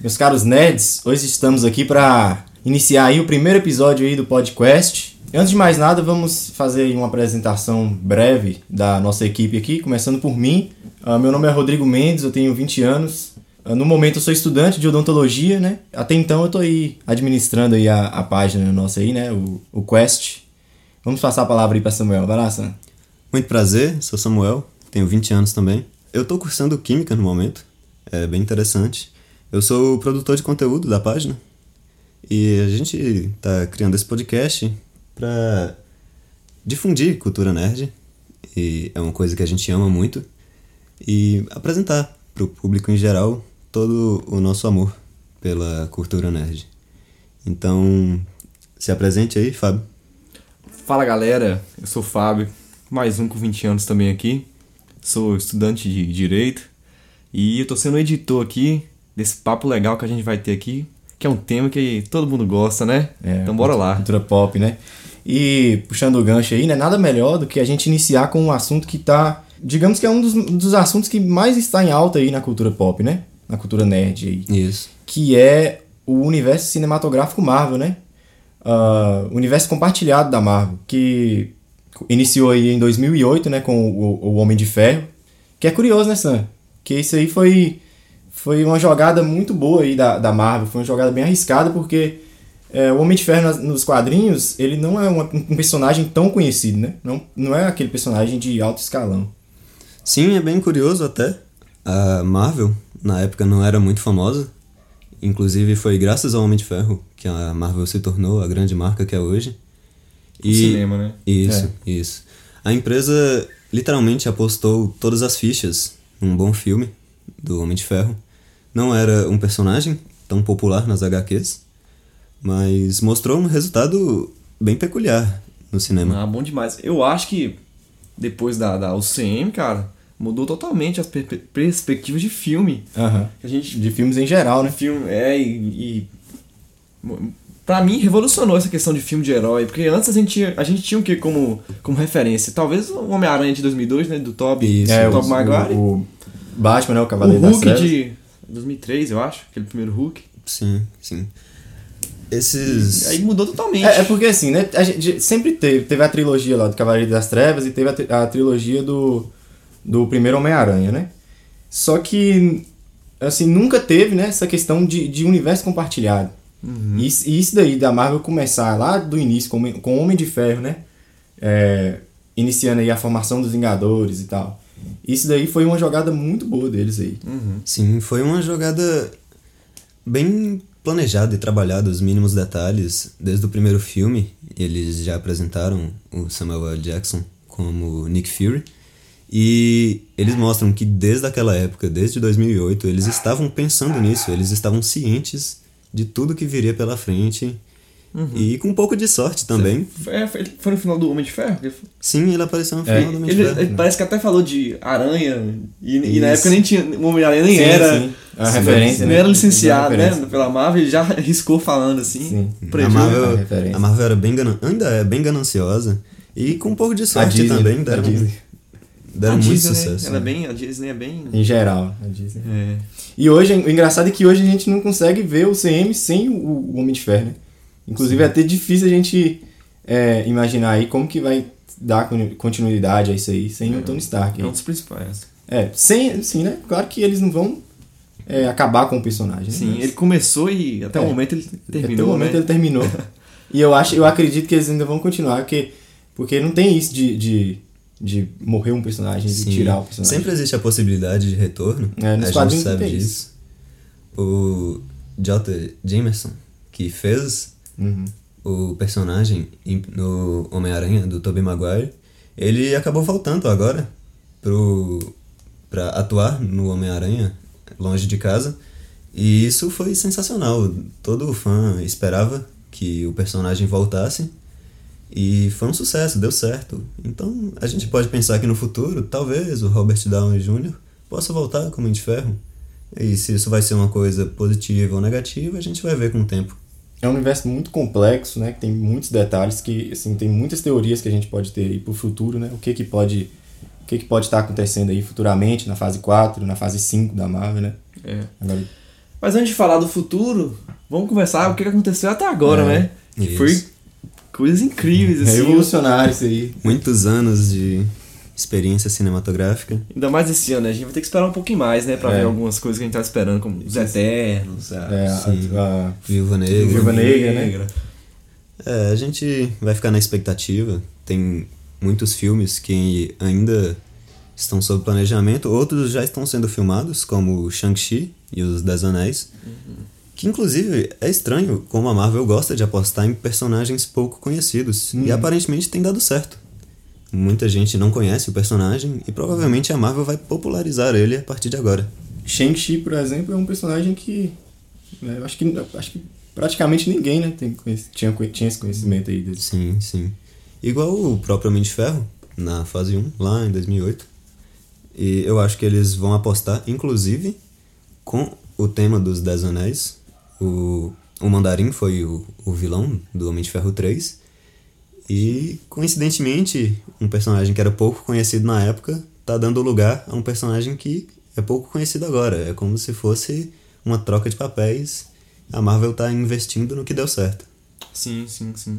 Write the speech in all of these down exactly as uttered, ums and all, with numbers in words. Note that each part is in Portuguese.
Meus caros nerds, hoje estamos aqui para iniciar aí o primeiro episódio aí do podcast. Antes de mais nada, vamos fazer aí uma apresentação breve da nossa equipe aqui, começando por mim. Uh, meu nome é Rodrigo Mendes, eu tenho vinte anos. Uh, no momento eu sou estudante de odontologia, né? Até então eu tô aí administrando aí a, a página nossa aí, né? O, o Quest. Vamos passar a palavra aí para Samuel. Vai lá, Sam. Muito prazer, sou Samuel, tenho vinte anos também. Eu tô cursando Química no momento, é bem interessante. Eu sou o produtor de conteúdo da página e a gente tá criando esse podcast para difundir cultura nerd, e é uma coisa que a gente ama muito, e apresentar pro público em geral todo o nosso amor pela cultura nerd. Então, se apresente aí, Fábio. Fala galera, eu sou o Fábio, mais um com vinte anos também aqui, sou estudante de Direito e eu tô sendo editor aqui desse papo legal que a gente vai ter aqui, que é um tema que todo mundo gosta, né? É, então bora lá. Cultura pop, né? E puxando o gancho aí, né? Nada melhor do que a gente iniciar com um assunto que tá, digamos que é um dos, dos assuntos que mais está em alta aí na cultura pop, né? Na cultura nerd aí. Isso. Que é o universo cinematográfico Marvel, né? Uh, o universo compartilhado da Marvel, que iniciou aí em dois mil e oito, né? Com o, o Homem de Ferro. Que é curioso, né, Sam? Que isso aí foi... Foi uma jogada muito boa aí da, da Marvel, foi uma jogada bem arriscada, porque é, o Homem de Ferro nas, nos quadrinhos, ele não é uma, um personagem tão conhecido, né? Não, não é aquele personagem de alto escalão. Sim, é bem curioso até. A Marvel, na época, não era muito famosa. Inclusive, foi graças ao Homem de Ferro que a Marvel se tornou a grande marca que é hoje. E... O cinema, né? Isso, é. isso. A empresa literalmente apostou todas as fichas num bom filme do Homem de Ferro. Não era um personagem tão popular nas agá quês, mas mostrou um resultado bem peculiar no cinema. Ah, bom demais. Eu acho que depois da, da U C M, cara, mudou totalmente as per- perspectivas de filme. Uhum. A gente, de filmes em geral, né? Filme, é, e, e... Pra mim, revolucionou essa questão de filme de herói, porque antes a gente tinha, a gente tinha o que como, como referência? Talvez o Homem-Aranha de dois mil e dois, né? Do Tobey, é, do Tobey Maguire. O, o Batman, né? O Cavaleiro o das Hulk Trevas. de dois mil e três, eu acho, aquele primeiro Hulk. Sim, sim. Esses... Aí mudou totalmente. É, é porque assim, né? A gente sempre teve, teve a trilogia lá do Cavaleiro das Trevas e teve a, tri- a trilogia do, do primeiro Homem-Aranha, né? Só que, assim, nunca teve, né, essa questão de, de universo compartilhado. Uhum. E, e isso daí da Marvel começar lá do início com, com o Homem de Ferro, né? É, iniciando aí a formação dos Vingadores e tal. Isso daí foi uma jogada muito boa deles aí. Uhum. Sim, foi uma jogada bem planejada e trabalhada, os mínimos detalhes. Desde o primeiro filme, eles já apresentaram o Samuel L. Jackson como Nick Fury. E eles mostram que desde aquela época, desde dois mil e oito, eles estavam pensando nisso, eles estavam cientes de tudo que viria pela frente. Uhum. E com um pouco de sorte também. É, foi, foi no final do Homem de Ferro? Sim, ele apareceu no final é, do Homem de ele, Ferro. Ele parece que até falou de aranha, e, e na época nem tinha, o Homem-Aranha nem sim, era sim. A referência, não né? era licenciado, né, referência. pela Marvel, ele já riscou falando assim. Sim. A Marvel, a, a Marvel era bem ganan... ainda é bem gananciosa, e com um pouco de sorte Disney, também deram, deram a muito Disney, sucesso. Ela é bem, a Disney é bem... Em geral, a Disney. É. E hoje, o engraçado é que hoje a gente não consegue ver o C M sem o, o Homem de Ferro, né? Inclusive Sim. é até difícil a gente é, imaginar aí como que vai dar continuidade a isso aí sem é, o Tony Stark. É um dos principais. É, sem, sim, né? Claro que eles não vão é, acabar com o personagem. Sim, né? Mas... ele começou e até é, o momento ele terminou, Até o momento né? ele terminou. E eu, acho, eu acredito que eles ainda vão continuar, porque, porque não tem isso de, de, de morrer um personagem, Sim. de tirar o personagem. Sempre existe a possibilidade de retorno. É, nos a quadrinhos gente sabe tem disso. isso. O J. Jameson, que fez Uhum. o personagem no Homem-Aranha do Tobey Maguire, ele acabou voltando agora pro, pra atuar no Homem-Aranha longe de casa, e isso foi sensacional. Todo fã esperava que o personagem voltasse e foi um sucesso, deu certo. Então a gente pode pensar que no futuro talvez o Robert Downey Júnior possa voltar como Homem de Ferro, e se isso vai ser uma coisa positiva ou negativa a gente vai ver com o tempo. É um universo muito complexo, né? Que tem muitos detalhes, que assim, tem muitas teorias que a gente pode ter aí pro futuro, né? O que que pode, o que que pode estar acontecendo aí futuramente, na fase quatro, na fase cinco da Marvel, né? É. Agora... Mas antes de falar do futuro, vamos conversar o que aconteceu até agora, É, né? Que isso. foi coisas incríveis, assim. Revolucionário isso aí. Muitos anos de experiência cinematográfica. Ainda mais esse ano, né? A gente vai ter que esperar um pouquinho mais, né? Pra É. ver algumas coisas que a gente tá esperando, como Os Eternos, a É, Sim. a, a Viúva Negra. Viúva Negra, né? É, a gente vai ficar na expectativa. Tem muitos filmes que ainda estão sob planejamento, outros já estão sendo filmados, como Shang-Chi e Os Dez Anéis. Que, inclusive, é estranho como a Marvel gosta de apostar em personagens pouco conhecidos. E aparentemente tem dado certo. Muita gente não conhece o personagem e provavelmente a Marvel vai popularizar ele a partir de agora. Shang-Chi, por exemplo, é um personagem que, né, eu acho que acho que praticamente ninguém, né, tem, conhec- tinha, tinha esse conhecimento aí dele. Sim, sim. Igual o próprio Homem de Ferro, na fase um, lá em dois mil e oito. E eu acho que eles vão apostar, inclusive, com o tema dos Dez Anéis. O, o Mandarim foi o, o vilão do Homem de Ferro três. E, coincidentemente, um personagem que era pouco conhecido na época tá dando lugar a um personagem que é pouco conhecido agora. É como se fosse uma troca de papéis. A Marvel tá investindo no que deu certo. Sim, sim, sim.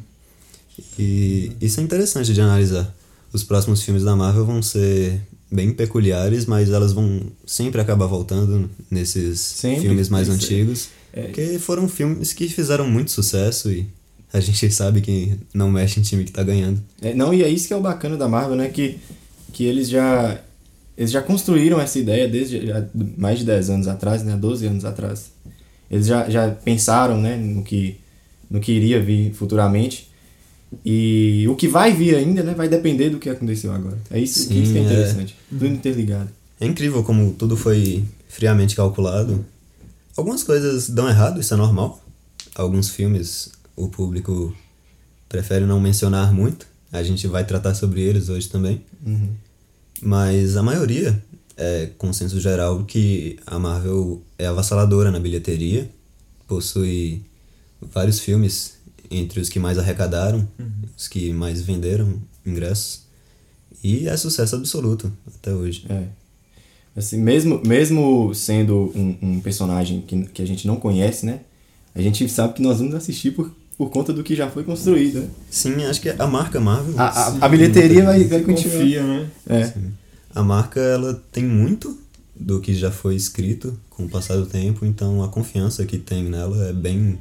E isso é interessante de analisar. Os próximos filmes da Marvel vão ser bem peculiares, mas elas vão sempre acabar voltando nesses Sempre. filmes mais Isso é- antigos. é. Porque foram filmes que fizeram muito sucesso e a gente sabe que não mexe em time que tá ganhando. É, não, e é isso que é o bacana da Marvel, né, que, que eles já eles já construíram essa ideia desde já, mais de dez anos atrás, né, doze anos atrás. Eles já, já pensaram, né, no que, no que iria vir futuramente. E o que vai vir ainda, né, vai depender do que aconteceu agora. É isso, Sim, isso que é é. interessante. Tudo interligado. É incrível como tudo foi friamente calculado. Algumas coisas dão errado, isso é normal. Alguns filmes o público prefere não mencionar muito. A gente vai tratar sobre eles hoje também. Uhum. Mas a maioria é consenso geral que a Marvel é avassaladora na bilheteria. Possui vários filmes entre os que mais arrecadaram, os que mais venderam ingressos. E é sucesso absoluto até hoje. É. Assim, mesmo, mesmo sendo um, um personagem que, que a gente não conhece, né, a gente sabe que nós vamos assistir por, por conta do que já foi construído, né? Sim, acho que a marca Marvel... A, a, a bilheteria vai, vai continuar. Confia, né? É. A marca, ela tem muito do que já foi escrito com o passar do tempo, então a confiança que tem nela é bem...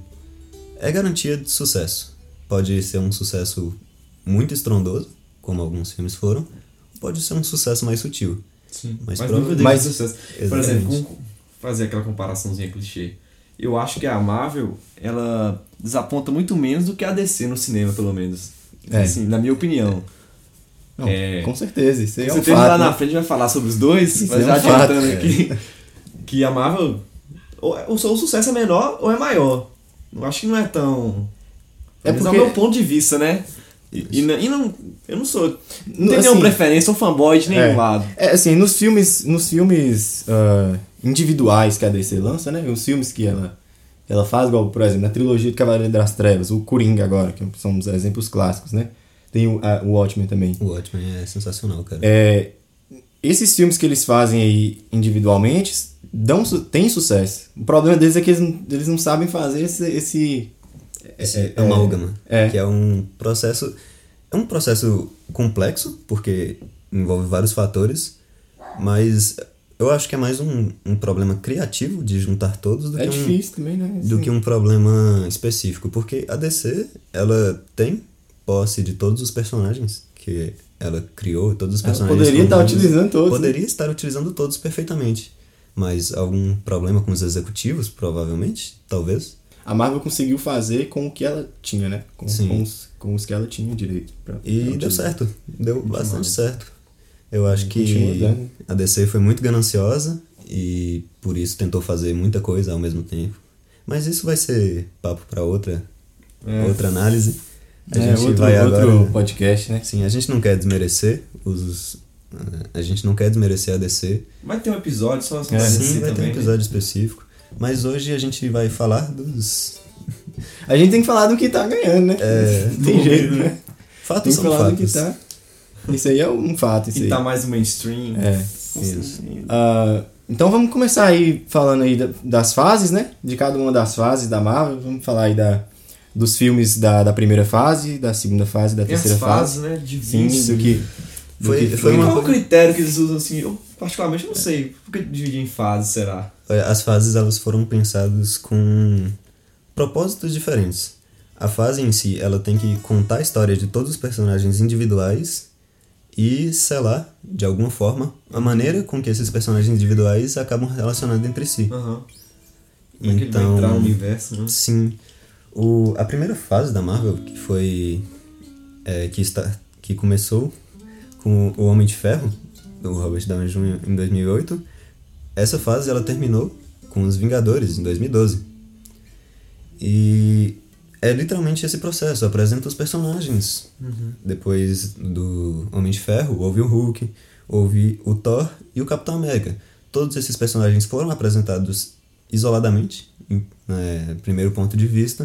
é garantia de sucesso. Pode ser um sucesso muito estrondoso, como alguns filmes foram, pode ser um sucesso mais sutil. Sim. Mas Mas, prova- nunca deixa mas- de sucesso. Por Exatamente. exemplo, com- fazer aquela comparaçãozinha clichê. Eu acho que a Marvel, ela desaponta muito menos do que a D C no cinema, pelo menos. É. Assim, na minha opinião. Não, É. com certeza, isso aí é Você um tem fato. lá na né? frente vai falar sobre os dois, Isso mas é já um fato, adiantando é. aqui que a Marvel, ou, é- ou o sucesso é menor ou é maior. Eu acho que não é tão... É É porque... porque- é o meu ponto de vista, né? E, e, não- e não... Eu não sou... Não tenho Assim, nenhuma preferência, sou fanboy de nenhum É. lado. É, assim, nos filmes, nos filmes ah, individuais que a D C lança, né? Os filmes que ela, ela faz, igual, por exemplo, na trilogia do Cavaleiro das Trevas, o Coringa agora, que são os exemplos clássicos, né? Tem o, a, o Watchmen também. O Watchmen é sensacional, cara. É, esses filmes que eles fazem aí individualmente dão, su- têm sucesso. O problema deles é que eles não, eles não sabem fazer esse... esse Esse é, é, amálgama, é. que é um processo... É um processo complexo, porque envolve vários fatores, mas eu acho que é mais um, um problema criativo de juntar todos do é que um... difícil também, né? do Assim, que um problema específico, porque a D C, ela tem posse de todos os personagens que ela criou, todos os ela personagens poderia estar famosos. utilizando todos. né? Poderia estar utilizando todos perfeitamente, mas algum problema com os executivos, provavelmente, talvez. A Marvel conseguiu fazer com o que ela tinha, né? Com, Sim. com, os, com os que ela tinha direito. Pra, E pra deu utilizar. certo, deu bastante certo. Eu acho Continua que dando. a D C foi muito gananciosa e por isso tentou fazer muita coisa ao mesmo tempo. Mas isso vai ser papo para outra, É. outra análise. A É, gente outro, vai outro agora... podcast, né? Sim, a gente não quer desmerecer os... A gente não quer desmerecer a D C. Vai ter um episódio só sobre É. a D C Sim, vai ter um também, né? episódio específico. Mas hoje a gente vai falar dos... A gente tem que falar do que tá ganhando, né? É, Não tem jeito, né? Tem Fatos que são falar fatos. do que tá. Isso aí é um fato, isso E aí. tá mais mainstream. É. Isso. Ah, então vamos começar aí falando aí da- das fases, né? De cada uma das fases da Marvel. Vamos falar aí da, dos filmes da, da primeira fase, da segunda fase, da Tem as terceira fases, fase. né? De Sim, vício. do que... do Foi- que foi uma- Qual é o critério que eles usam assim? Eu, particularmente, não sei. Por que dividir em fases, será? As fases elas foram pensadas com propósitos diferentes. A fase em si, ela tem que contar a história de todos os personagens individuais e selar, de alguma forma, a maneira com que esses personagens individuais acabam relacionando entre si. Aham. Como é que ele vai Então, entrar no universo, né? sim. O, a primeira fase da Marvel, que foi... é, que, está, que começou com o Homem de Ferro, do Robert Downey júnior em dois mil e oito, essa fase ela terminou com os Vingadores em dois mil e doze. E é literalmente esse processo, apresenta os personagens. Uhum. Depois do Homem de Ferro, houve o Hulk, houve o Thor e o Capitão América. Todos esses personagens foram apresentados isoladamente, em é, primeiro ponto de vista,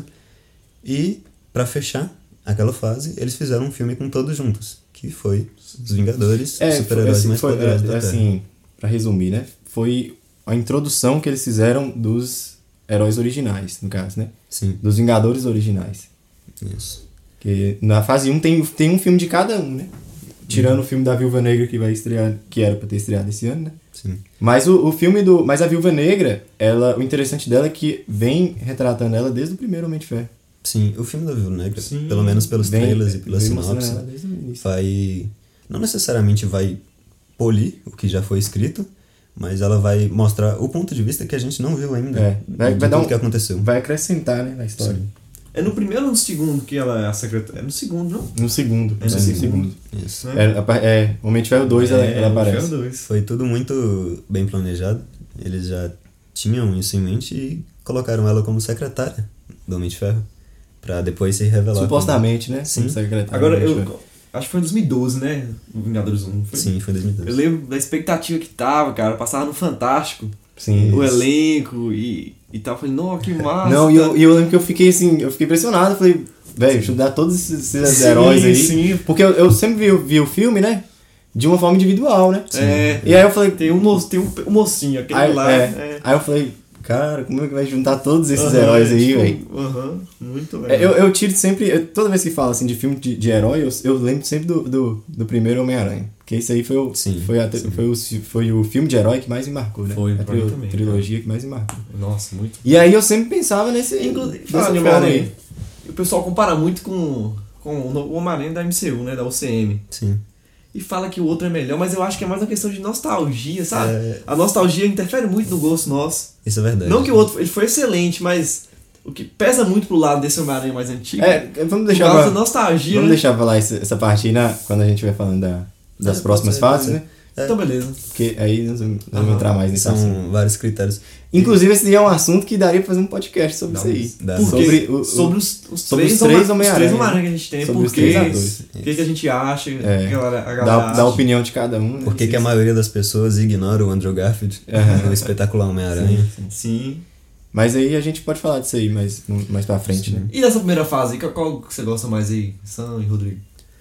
e para fechar aquela fase, eles fizeram um filme com todos juntos, que foi os Vingadores, É, os foi, super-heróis assim, mais foi, poderosos é, da Terra. assim, pra resumir, né? Foi a introdução que eles fizeram dos heróis originais, no caso, né? Sim, Dos Vingadores originais. isso. Que na fase um tem, tem um filme de cada um, né? Tirando o filme da Viúva Negra que vai estrear, que era pra ter estreado esse ano, né? Sim. Mas o, o filme do. Mas a Viúva Negra, ela, o interessante dela é que vem retratando ela desde o primeiro Homem de Ferro. Sim, o filme da Viúva Negra, Sim. pelo menos pelos Vem- trailers e pela vem mostrando sinopse, ela desde o início. vai... Não necessariamente vai polir o que já foi escrito, mas ela vai mostrar o ponto de vista que a gente não viu ainda É, vai- de vai dar tudo um- que aconteceu. Vai acrescentar, né, na história. Sim. É no primeiro ou no segundo que ela é a secretária? É no segundo, não? No segundo. É no né, segundo. Isso. É, apa- é, Homem de Ferro dois ela, ela no aparece. Ferro dois. Foi tudo muito bem planejado. Eles já tinham isso em mente e colocaram ela como secretária do Homem de Ferro, pra depois se revelar. Supostamente, né? Sim. como secretário Agora, do Homem de eu Ferro. acho que foi em dois mil e doze, né? O Vingadores um. como... Foi? Sim, foi em dois mil e doze. Eu lembro da expectativa que tava, cara. Passava no Fantástico. Sim. O isso. elenco e, e tal. Eu falei, não, que massa. Não, e eu, e eu lembro que eu fiquei assim, eu fiquei impressionado. Eu falei, velho, estudar todos esses, esses Sim, heróis aí. sim. Porque eu, eu sempre vi, vi o filme, né? De uma forma individual, né? É. E aí eu falei, Tem um, mo- tem um, um mocinho, aquele aí, lá. é, é. aí eu falei, cara, como é que vai juntar todos esses Aham, heróis aí, tipo, velho? Aham, muito É, legal. Eu, eu tiro sempre, eu- toda vez que falo assim de filme de, de herói, eu, eu lembro sempre do, do, do primeiro Homem-Aranha. Porque isso aí foi o, Sim, foi, a, sim. foi, o, foi o filme de herói que mais me marcou, né? Foi, a pra mim tri- também, trilogia que mais me marcou. Nossa, muito. E aí eu sempre pensava nesse. Inclusive, dessa falando em forma Homem-Aranha, aí. o pessoal compara muito com, com o Homem-Aranha da M C U, né? Da U C M. Sim. E fala que o outro é melhor, mas eu acho que é mais uma questão de nostalgia, sabe? É. A nostalgia interfere muito no gosto nosso. Isso é verdade. Não que o outro ele foi excelente, mas o que pesa muito pro lado desse Homem-Aranha mais antigo É, vamos por deixar. causa pra- da nostalgia. Vamos né? deixar falar essa, essa parte aí na, quando a gente vai falando da, das É, próximas pode ser, fases, pode né? Então, beleza. Porque aí nós vamos, nós vamos Aham. entrar mais nesse assunto. São vários critérios. Inclusive, esse é um assunto que daria pra fazer um podcast sobre Dá isso aí. dá. Porque Sobre, o, o- sobre os, os sobre três, os três Homa- Homem-Aranha, os três Homem-Aranha que a gente tem, sobre os por quê, três atores. o que, que a gente acha, É. a galera, a galera dar, dar acha. a opinião de cada um. Né? Por que, que a maioria das pessoas ignora o Andrew Garfield no espetacular Homem-Aranha? Sim. Mas aí a gente pode falar disso aí mais, mais pra frente, né? E dessa primeira fase, aí, qual, qual que você gosta mais aí, Sam e Rodrigo?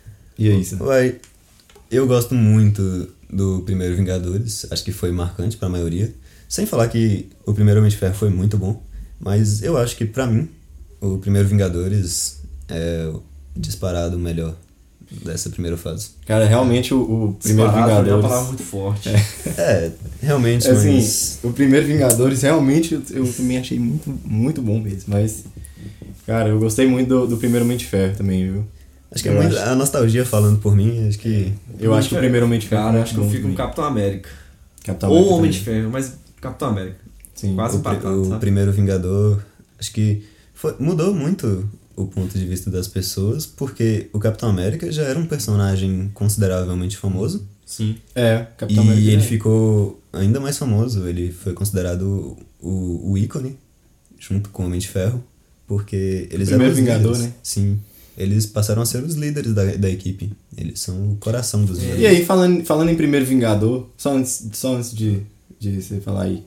E aí, Sam? Uai, eu gosto muito do primeiro Vingadores, acho que foi marcante pra maioria. Sem falar que o primeiro Homem de Ferro foi muito bom, mas eu acho que pra mim, o primeiro Vingadores é o disparado melhor dessa primeira fase. Cara, realmente o, o primeiro Disparado, pra mim é uma Vingadores. palavra muito forte. É, realmente, Assim, mas... o primeiro Vingadores realmente eu, eu também achei muito, muito bom mesmo. Mas, cara, eu gostei muito do, do primeiro Homem de Ferro também, viu? Acho que é eu muito, acho- a nostalgia falando por mim, acho que... Eu acho que o primeiro Homem de Ferro. Cara, é acho que eu bom fico com também. Capitão América. Capitão Ou América Homem de também. Ferro, mas Capitão América. Sim. Quase o, pri- empatado, o sabe? primeiro Vingador, acho que foi, mudou muito o ponto de vista das pessoas, porque o Capitão América já era um personagem consideravelmente famoso, Sim. É, Capitão e América. ele é. ficou ainda mais famoso, ele foi considerado o, o ícone, junto com o Homem de Ferro, porque eles primeiro eram os Vingador, líderes. né? Sim, eles passaram a ser os líderes da, da equipe, eles são o coração dos Vingadores. E aí, falando, falando em primeiro Vingador, só antes, só antes de, de você falar aí.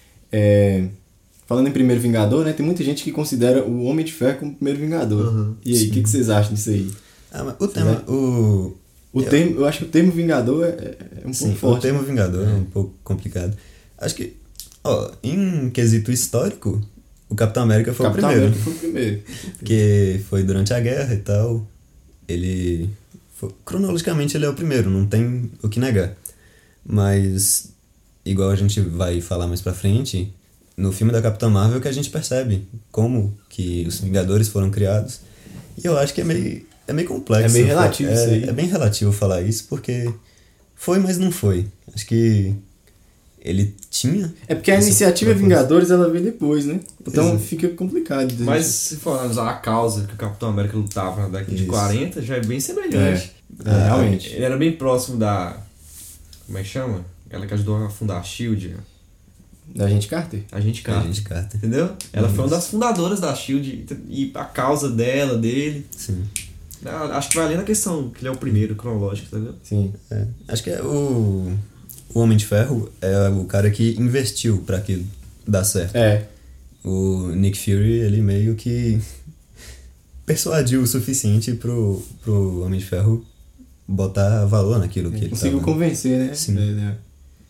É, falando em primeiro Vingador, né? Tem muita gente que considera o Homem de Ferro como primeiro Vingador. Uhum. E aí, o que, que vocês acham disso aí? Ah, mas o tema, o, O Eu- termo, eu acho que o termo Vingador é, é um Sim, pouco forte. o termo né? Vingador é um pouco complicado. Acho que, ó, em quesito histórico, o Capitão América foi Capitão o primeiro. América foi o primeiro. Porque foi durante a guerra e tal. Ele. Foi, cronologicamente ele é o primeiro, não tem o que negar. Mas, igual a gente vai falar mais pra frente, no filme da Capitã Marvel que a gente percebe como que os Vingadores foram criados. E eu acho que é meio, é meio complexo. É meio relativo é, isso aí. É bem relativo falar isso, porque foi, mas não foi. Acho que ele tinha... É porque a esse iniciativa propósito. Vingadores ela veio depois, né? Então Exato. fica complicado. de- Mas se for analisar a causa que o Capitão América lutava na década de Isso. quarenta, já é bem semelhante. É, é, realmente. Ele era bem próximo da... Como é que chama? Ela que ajudou a fundar a SHIELD, Da gente Carter. a gente A Carter. gente Carter. Entendeu? Ela foi uma das fundadoras da SHIELD e a causa dela, dele... Sim. Acho que vai além da questão que ele é o primeiro cronológico, entendeu? Sim. É. Acho que é o... O Homem de Ferro é o cara que investiu pra aquilo dar certo. É. O Nick Fury, ele meio que persuadiu o suficiente pro, pro Homem de Ferro botar valor naquilo que ele Conseguiu tava. convencer, né? Sim. É, é.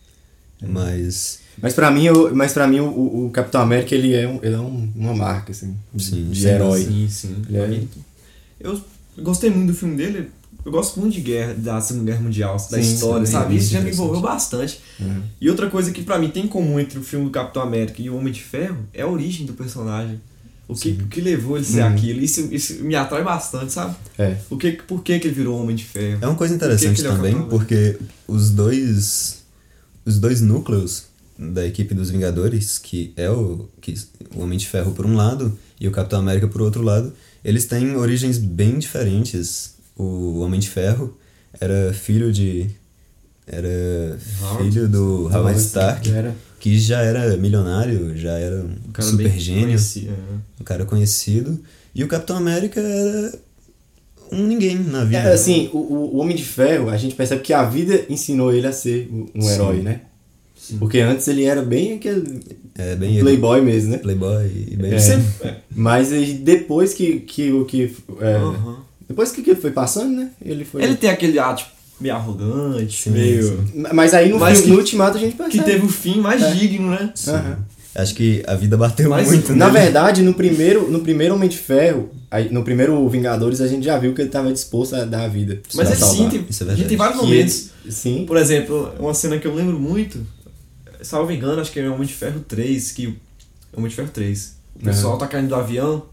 Mas, Mas pra mim, eu, mas pra mim o, o Capitão América ele é, um, ele é um, uma marca, assim. Sim, de sim, herói. Sim, sim. Ele é- Eu gostei muito do filme dele. Eu gosto muito de guerra, da Segunda Guerra Mundial, da Sim, história, sim, sabe? é Isso já me interessante. envolveu bastante. Uhum. E outra coisa que pra mim tem em comum entre o filme do Capitão América e o Homem de Ferro é a origem do personagem. O que, o que levou ele a ser Uhum. aquilo. Isso, isso me atrai bastante, sabe? É. O que, por que, que ele virou Homem de Ferro? é uma coisa Por que interessante que ele é o também, Capitão porque os dois, os dois núcleos da equipe dos Vingadores, que é o, que, o Homem de Ferro por um lado e o Capitão América por outro lado, eles têm origens bem diferentes. O Homem de Ferro era filho de... Era Howard. filho do Howard Stark, Era. que já era milionário, já era um Um cara super bem gênio, conhecido, é. um cara conhecido. E o Capitão América era um ninguém na vida. É, assim, o, o Homem de Ferro, a gente percebe que a vida ensinou ele a ser um Sim. herói, né? Porque antes ele era bem aquele É bem playboy mesmo, né? Playboy e bem... É. Sempre- é. Mas aí, depois que, que o que... é, Aham. Depois que que foi passando, né? Ele foi... Ele tem aquele ar, tipo, meio arrogante, Sim, meio... Mas aí no, Mas filme, que- no Ultimato a gente percebe. Que teve o fim mais É. digno, né? Sim. Aham. Acho que a vida bateu Mas, muito Na nele. verdade, no primeiro, no primeiro Homem de Ferro, aí, no primeiro Vingadores, a gente já viu que ele estava disposto a dar a vida. Mas pra ele sim, salvar. tem, Isso é a gente verdade. tem vários Que momentos. ele- Sim. Por exemplo, uma cena que eu lembro muito, salvo engano, acho que é o Homem de Ferro três, que o Homem de Ferro três. O pessoal tá caindo do avião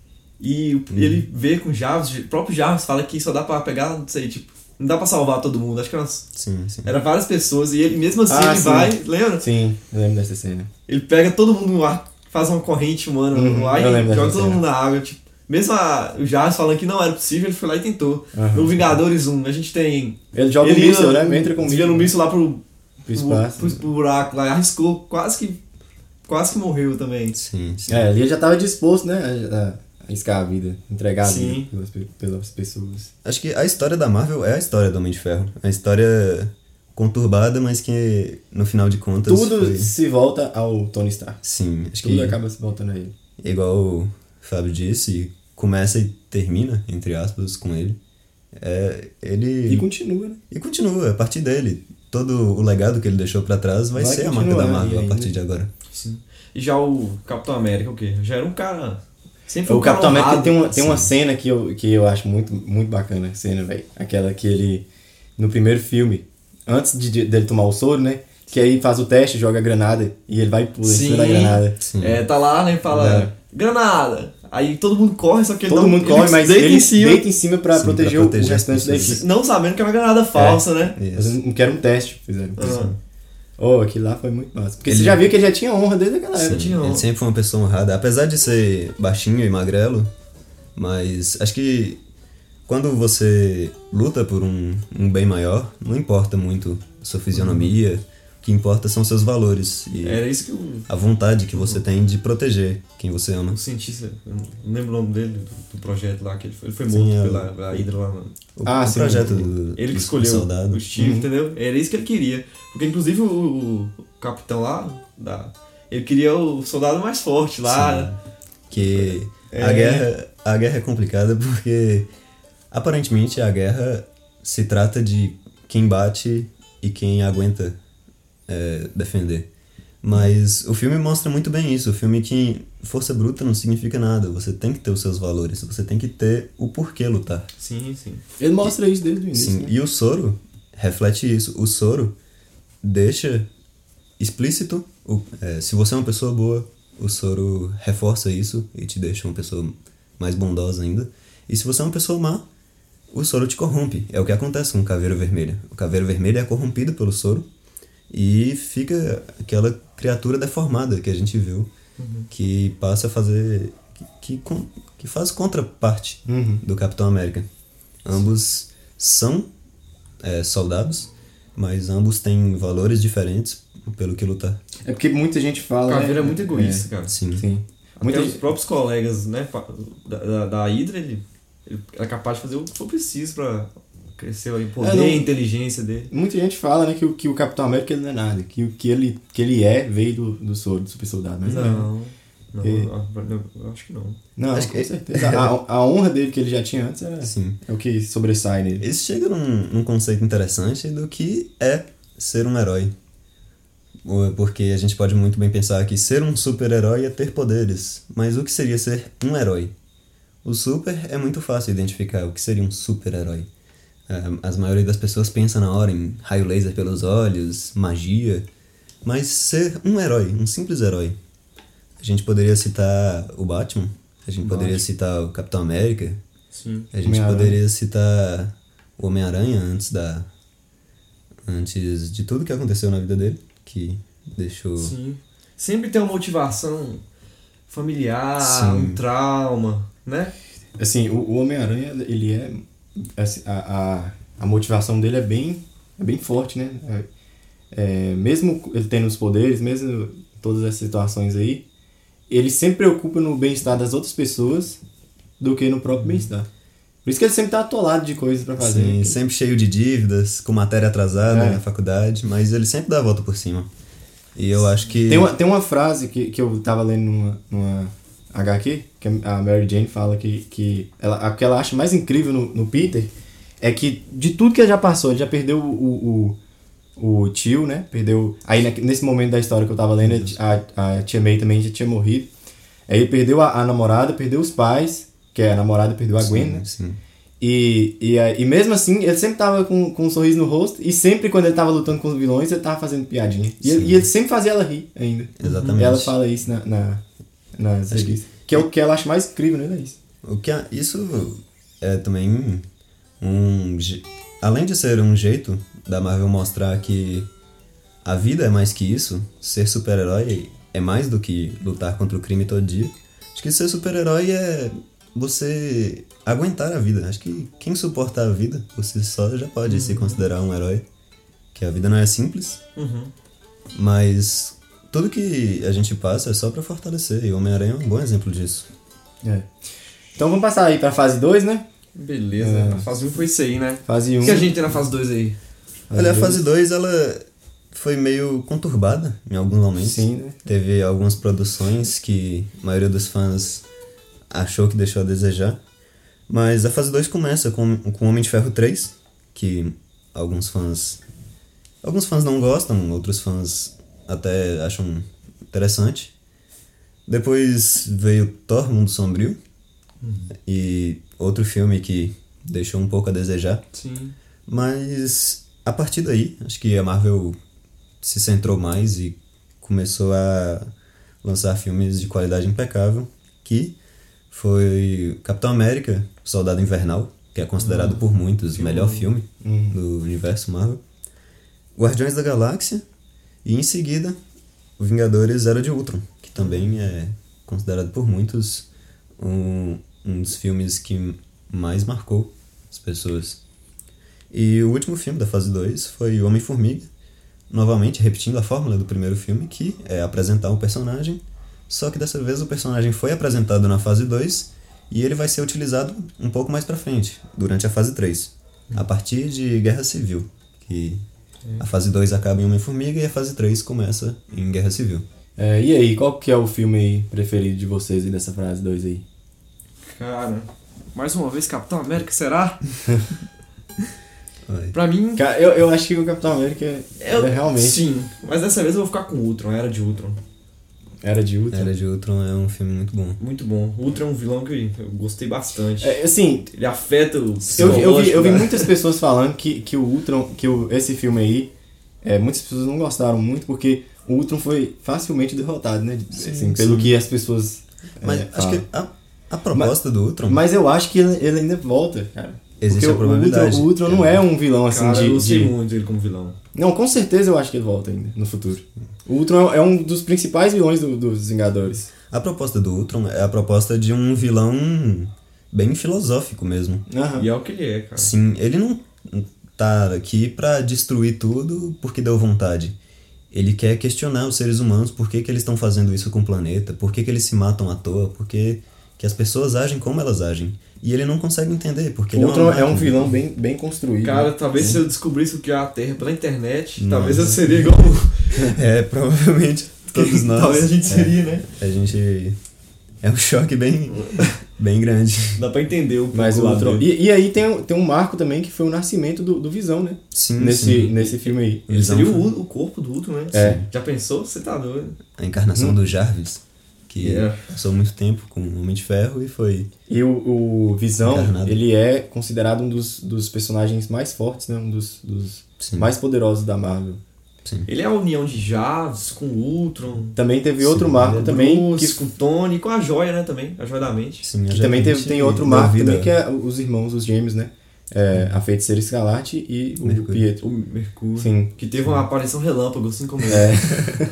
e o- ele vê com o Jarvis, o próprio Jarvis fala que só dá pra pegar, não sei, tipo, não dá pra salvar todo mundo, acho que era, umas- Sim, sim. era várias pessoas e ele mesmo assim Ah, ele sim. vai, lembra? Sim, eu lembro dessa cena. Ele pega todo mundo no ar, faz uma corrente humana Uhum, no ar eu e lembro joga dessa todo cena. mundo na água, tipo, mesmo a, o Jarvis falando que não era possível, ele foi lá e tentou. Aham. No Vingadores um, a gente tem Ele joga o ele míssil, ia- né? Entra com o desvia no míssil lá pro, pro espaço. pro, pro buraco lá, arriscou, quase que quase que morreu também. Sim, sim. É, ali ele já estava disposto, né? A, a arriscar a vida, entregar a Sim. vida pelas, pe- pelas pessoas. Acho que a história da Marvel é a história do Homem de Ferro. É uma história conturbada, mas que no final de contas Tudo foi... se volta ao Tony Stark. Sim, acho Tudo que acaba se voltando a ele. igual o Fábio disse, começa e termina, entre aspas, com ele. É, ele... E continua, né? E continua, a partir dele. Todo o legado que ele deixou pra trás vai, Vai ser a marca continuar da Marvel aí a partir ainda. de agora. Sim. E já o Capitão América, o quê? Já era um cara. Sempre foi O um cara Capitão América honrado. tem uma, tem uma sim. cena que eu, que eu acho muito, muito bacana, a cena, velho. Aquela que ele, no primeiro filme, antes de, de- dele tomar o soro, né? Que aí faz o teste, joga a granada e ele vai por em cima da Sim. granada. Sim. É, tá lá, né? Fala, É. granada. Aí todo mundo corre, só que ele Todo não, mundo ele corre, mas deita ele em cima, deita em cima pra Sim, proteger, pra o- proteger o as restante da pessoas. equipe. não sabendo que é uma granada falsa, né? Mas Isso. não quero um teste, fizeram. Ah. Oh, aquilo lá foi muito massa. Porque Ele- você já viu que ele já tinha honra desde aquela Sim, época. tinha um- ele sempre foi uma pessoa honrada, apesar de ser baixinho e magrelo, mas acho que quando você luta por um, um bem maior, não importa muito a sua fisionomia, o que importa são seus valores e Era isso que o, a vontade que você tem de proteger quem você ama. o cientista, eu não lembro o nome dele, do, do projeto lá, que ele foi, ele foi Sim, morto é o- pela, pela Hydra lá, mano. O, Ah, o sim, projeto o- do, Ele do que escolheu soldado. o Steve, Uhum. entendeu? Era isso que ele queria. Porque inclusive o, o capitão lá, da, ele queria o soldado mais forte lá. Sim. Que É. a, guerra, a guerra é complicada porque aparentemente a guerra se trata de quem bate e quem aguenta é, defender. Mas o filme mostra muito bem isso. O filme que força bruta não significa nada. Você tem que ter os seus valores. Você tem que ter o porquê lutar. Sim, sim. Ele mostra isso desde o início. Sim, né? e o Zoro reflete isso. O Zoro deixa explícito, o, é, se você é uma pessoa boa, o Zoro reforça isso e te deixa uma pessoa mais bondosa ainda. E se você é uma pessoa má, o Zoro te corrompe. É o que acontece com o Caveira Vermelha. O Caveira Vermelha é corrompido pelo Zoro e fica aquela criatura deformada que a gente viu, uhum. que passa a fazer... que, que, que faz contraparte Uhum. do Capitão América. Ambos são é, soldados, mas ambos têm valores diferentes pelo que lutar. É porque muita gente fala... O Caveira né? é muito egoísta, É, cara. Sim. Sim. Até Muita os gente- próprios colegas, né, pa- da, da, da Hydra, ele, ele é capaz de fazer o que for preciso pra crescer o poder É, não- e a inteligência dele. Muita gente fala, né, que, o- que o Capitão América ele não é nada, que o que ele, que ele é veio do, do Zoro, do super soldado, mas não. Não, não, E- eu, eu acho que não. Não, Acho com que- certeza. A, a honra dele que ele já tinha antes era, Sim. é o que sobressai nele. Isso chega num, num conceito interessante do que é ser um herói. Ou- Porque a gente pode muito bem pensar que ser um super-herói é ter poderes. Mas o que seria ser um herói? O super é muito fácil identificar o que seria um super-herói. Ah, As maioria das pessoas pensa na hora em raio laser pelos olhos, magia. Mas ser um herói, um simples herói. A gente poderia citar o Batman. A gente poderia Batman. citar o Capitão América. Sim. A gente Homem-Aranha. poderia citar o Homem-Aranha antes da antes de tudo que aconteceu na vida dele, que deixou Sim. Sempre tem uma motivação familiar, Sim. um trauma, né? Assim, o, o Homem-Aranha, ele é... assim, a, a, a motivação dele é bem, é bem forte, né? É, é, mesmo ele tendo os poderes, mesmo todas essas situações aí, ele sempre preocupa no bem-estar das outras pessoas do que no próprio bem-estar. Por isso que ele sempre tá atolado de coisas pra fazer. Sim, né? sempre cheio de dívidas, com matéria atrasada É. na faculdade, mas ele sempre dá a volta por cima. E eu acho que Tem uma, tem uma frase que, que eu tava lendo numa, numa H Q, que a Mary Jane fala que, que ela, a que ela acha mais incrível no, no Peter é que de tudo que ele já passou, ele já perdeu o, o, o tio, né? Perdeu. Aí ne- nesse momento da história que eu tava lendo, a, a tia May também já tinha morrido. Aí ele perdeu a, a namorada, perdeu os pais, que é a namorada perdeu a Gwen, sim, né? sim. E, e, a- e mesmo assim, ele sempre tava com, com um sorriso no rosto, e sempre quando ele tava lutando com os vilões, ele tava fazendo piadinha. E, ele, Sim. e ele sempre fazia ela rir ainda. Exatamente. E ela fala isso na, na, nas Acho que- revistas. Que é o que ela acha mais incrível, né? É isso. O que a- isso é também um je- além de ser um jeito da Marvel mostrar que a vida é mais que isso, ser super-herói é mais do que lutar contra o crime todo dia. Acho que ser super-herói é você aguentar a vida. Acho que quem suportar a vida por si só já pode se considerar um herói. Que a vida não é simples, Uhum. mas tudo que a gente passa é só pra fortalecer. E o Homem-Aranha é um bom exemplo disso. É. Então vamos passar aí pra fase dois, né? Beleza, É. a fase um foi isso aí, né? Fase O um. que a gente tem na fase dois aí? Olha, a fase dois ela foi meio conturbada em alguns momentos. Sim, né? Teve algumas produções que a maioria dos fãs achou que deixou a desejar. Mas a fase dois começa com, com Homem de Ferro três, que alguns fãs... Alguns fãs não gostam, outros fãs até acham interessante. Depois veio Thor, Mundo Sombrio, e outro filme que deixou um pouco a desejar. Sim. Mas a partir daí, acho que a Marvel se centrou mais e começou a lançar filmes de qualidade impecável, que foi Capitão América, Soldado Invernal, que é considerado por muitos o melhor filme Hum. do universo Marvel, Guardiões da Galáxia e em seguida o Vingadores Era de Ultron, que também é considerado por muitos um, um dos filmes que mais marcou as pessoas. E o último filme da fase dois foi Homem-Formiga, novamente repetindo a fórmula do primeiro filme, que é apresentar um personagem, só que dessa vez o personagem foi apresentado na fase dois e ele vai ser utilizado um pouco mais pra frente, durante a fase três, a partir de Guerra Civil, que a fase dois acaba em Homem-Formiga e a fase três começa em Guerra Civil. É, e aí, qual que é o filme aí preferido de vocês aí dessa fase dois aí? Cara, mais uma vez Capitão América, será? Vai. Pra mim, Cara, eu, eu acho que o Capitão América é, eu, é realmente... sim. Mas dessa vez eu vou ficar com o Ultron, Era de Ultron. Era de Ultron. Era de Ultron é um filme muito bom. Muito bom. O Ultron é um vilão que eu gostei bastante. É, assim, Ele afeta o eu, vi- eu vi, psicológico, eu vi né? muitas pessoas falando que, que o Ultron, que o, esse filme aí, é, muitas pessoas não gostaram muito porque o Ultron foi facilmente derrotado, né? Assim, Sim, pelo sim. que as pessoas Mas é, acho falam. que a, a proposta do Ultron... Mas eu acho que ele, ele ainda volta, cara. Existe Porque a probabilidade. O Ultron, o Ultron não é um vilão assim Cara, eu de, gostei de... muito dele como vilão. Não, com certeza eu acho que ele volta ainda, no futuro. O Ultron é um dos principais vilões do- dos Vingadores. A proposta do Ultron é a proposta de um vilão bem filosófico mesmo. Aham. E é o que ele é, cara. Sim, ele não tá aqui pra destruir tudo porque deu vontade. Ele quer questionar os seres humanos por que, que eles estão fazendo isso com o planeta, por que, que eles se matam à toa, por que, que as pessoas agem como elas agem. E ele não consegue entender, porque O ele Ultron é, uma é um máquina. vilão bem, bem construído. Cara, né? talvez Sim. se eu descobrisse o que é a Terra pela internet, Nossa. talvez eu seria igual. É, provavelmente todos nós. Talvez a gente seria, né? A gente... É um choque bem, bem grande. Dá pra entender o Mas o lado Ultron... dele. E, e aí tem, tem um marco também que foi o nascimento do, do Visão, né? Sim, Nesse, sim. nesse filme aí. Ele Visão seria foi- o, o corpo do Ultron, né? É. Já pensou? Você tá doido. A encarnação do Jarvis, que Yeah. passou muito tempo com o Homem de Ferro e foi... E o, o Visão, Encarnado. ele é considerado um dos, dos personagens mais fortes, né? Um dos, dos Sim. mais poderosos da Marvel. Sim. Ele é a união de Jarvis com o Ultron. Também teve Sim, outro marco Ele é também, Bruce, que, com o Tony, com a joia, né, também. A joia da mente. Sim, que a também teve, gente tem outro deu marco vida- também, que é os irmãos, os gêmeos, né? É, a Feiticeira Escarlate e o Mercúrio. Pietro. O Mercúrio. Sim. Que teve uma aparição relâmpago, assim como ele. É,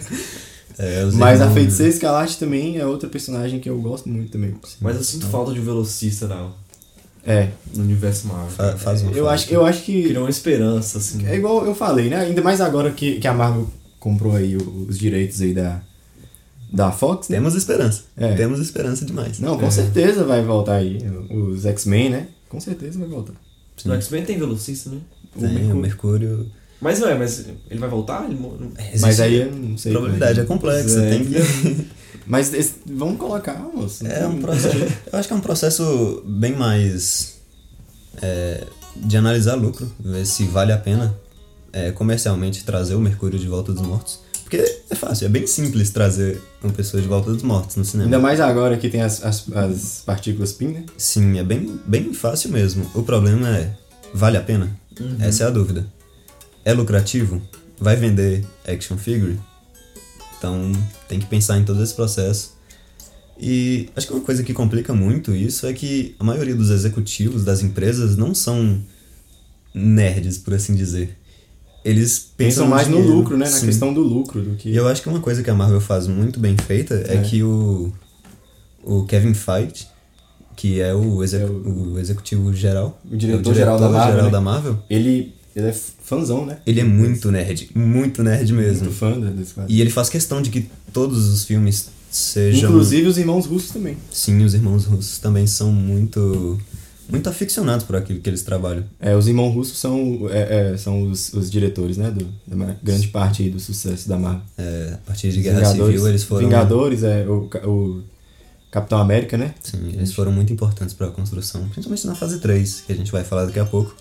É, os mas a irmãos- Feiticeira Escarlate também é outra personagem que eu gosto muito também. Mas eu sinto falta de um velocista não, É, no universo Marvel. Fa- faz uma eu falta. acho, eu acho que... Criou uma esperança, assim. É igual eu falei, né? Ainda mais agora que, que a Marvel comprou aí o- os direitos aí da, da Fox, né? Temos esperança. É. Temos esperança demais. Não, com É. certeza vai voltar aí. Os X-Men, né? Com certeza vai voltar. No X-Men tem velocista, né? O Tem, Mercúrio. o Mercúrio... Mas, ué, mas ele vai voltar? Ele mo- não- Existe- Mas aí eu não sei. A probabilidade é como complexa, Pois é. tem que... Mas esse- vamos colocar, moço. É um processo... Eu acho que é um processo bem mais... é, de analisar lucro, ver se vale a pena é, comercialmente trazer o Mercúrio de volta dos mortos. Porque é fácil, é bem simples trazer uma pessoa de volta dos mortos no cinema. Ainda mais agora que tem as, as, as partículas P I M, né? Sim, é bem, bem fácil mesmo. O problema é, vale a pena? Essa é a dúvida. É lucrativo? Vai vender action figure? Então tem que pensar em todo esse processo. E acho que uma coisa que complica muito isso é que a maioria dos executivos das empresas não são nerds, por assim dizer. Eles pensam Pensam mais no dinheiro. lucro, né? Na Sim. questão do lucro. Do que... E eu acho que uma coisa que a Marvel faz muito bem feita é, É. que o, o Kevin Feige, que é o, exec, É o- o executivo geral, o diretor-geral da diretor Marvel, geral né? da Marvel, Ele, ele é fãzão, né? ele é muito nerd, muito nerd mesmo. Muito fã da- desse quadro. E ele faz questão de que todos os filmes sejam... Inclusive os irmãos russos também. Sim, os irmãos russos também são muito, muito aficionados por aquilo que eles trabalham. É, os irmãos russos são, é, é, são os, os diretores, né? Do, da ma- grande parte aí do sucesso da Marvel. É, a partir de Os Guerra Vingadores- Civil eles foram... Vingadores, é, o, ca- o Capitão América, né? Sim, eles foram muito importantes para a construção, principalmente na fase três, que a gente vai falar daqui a pouco.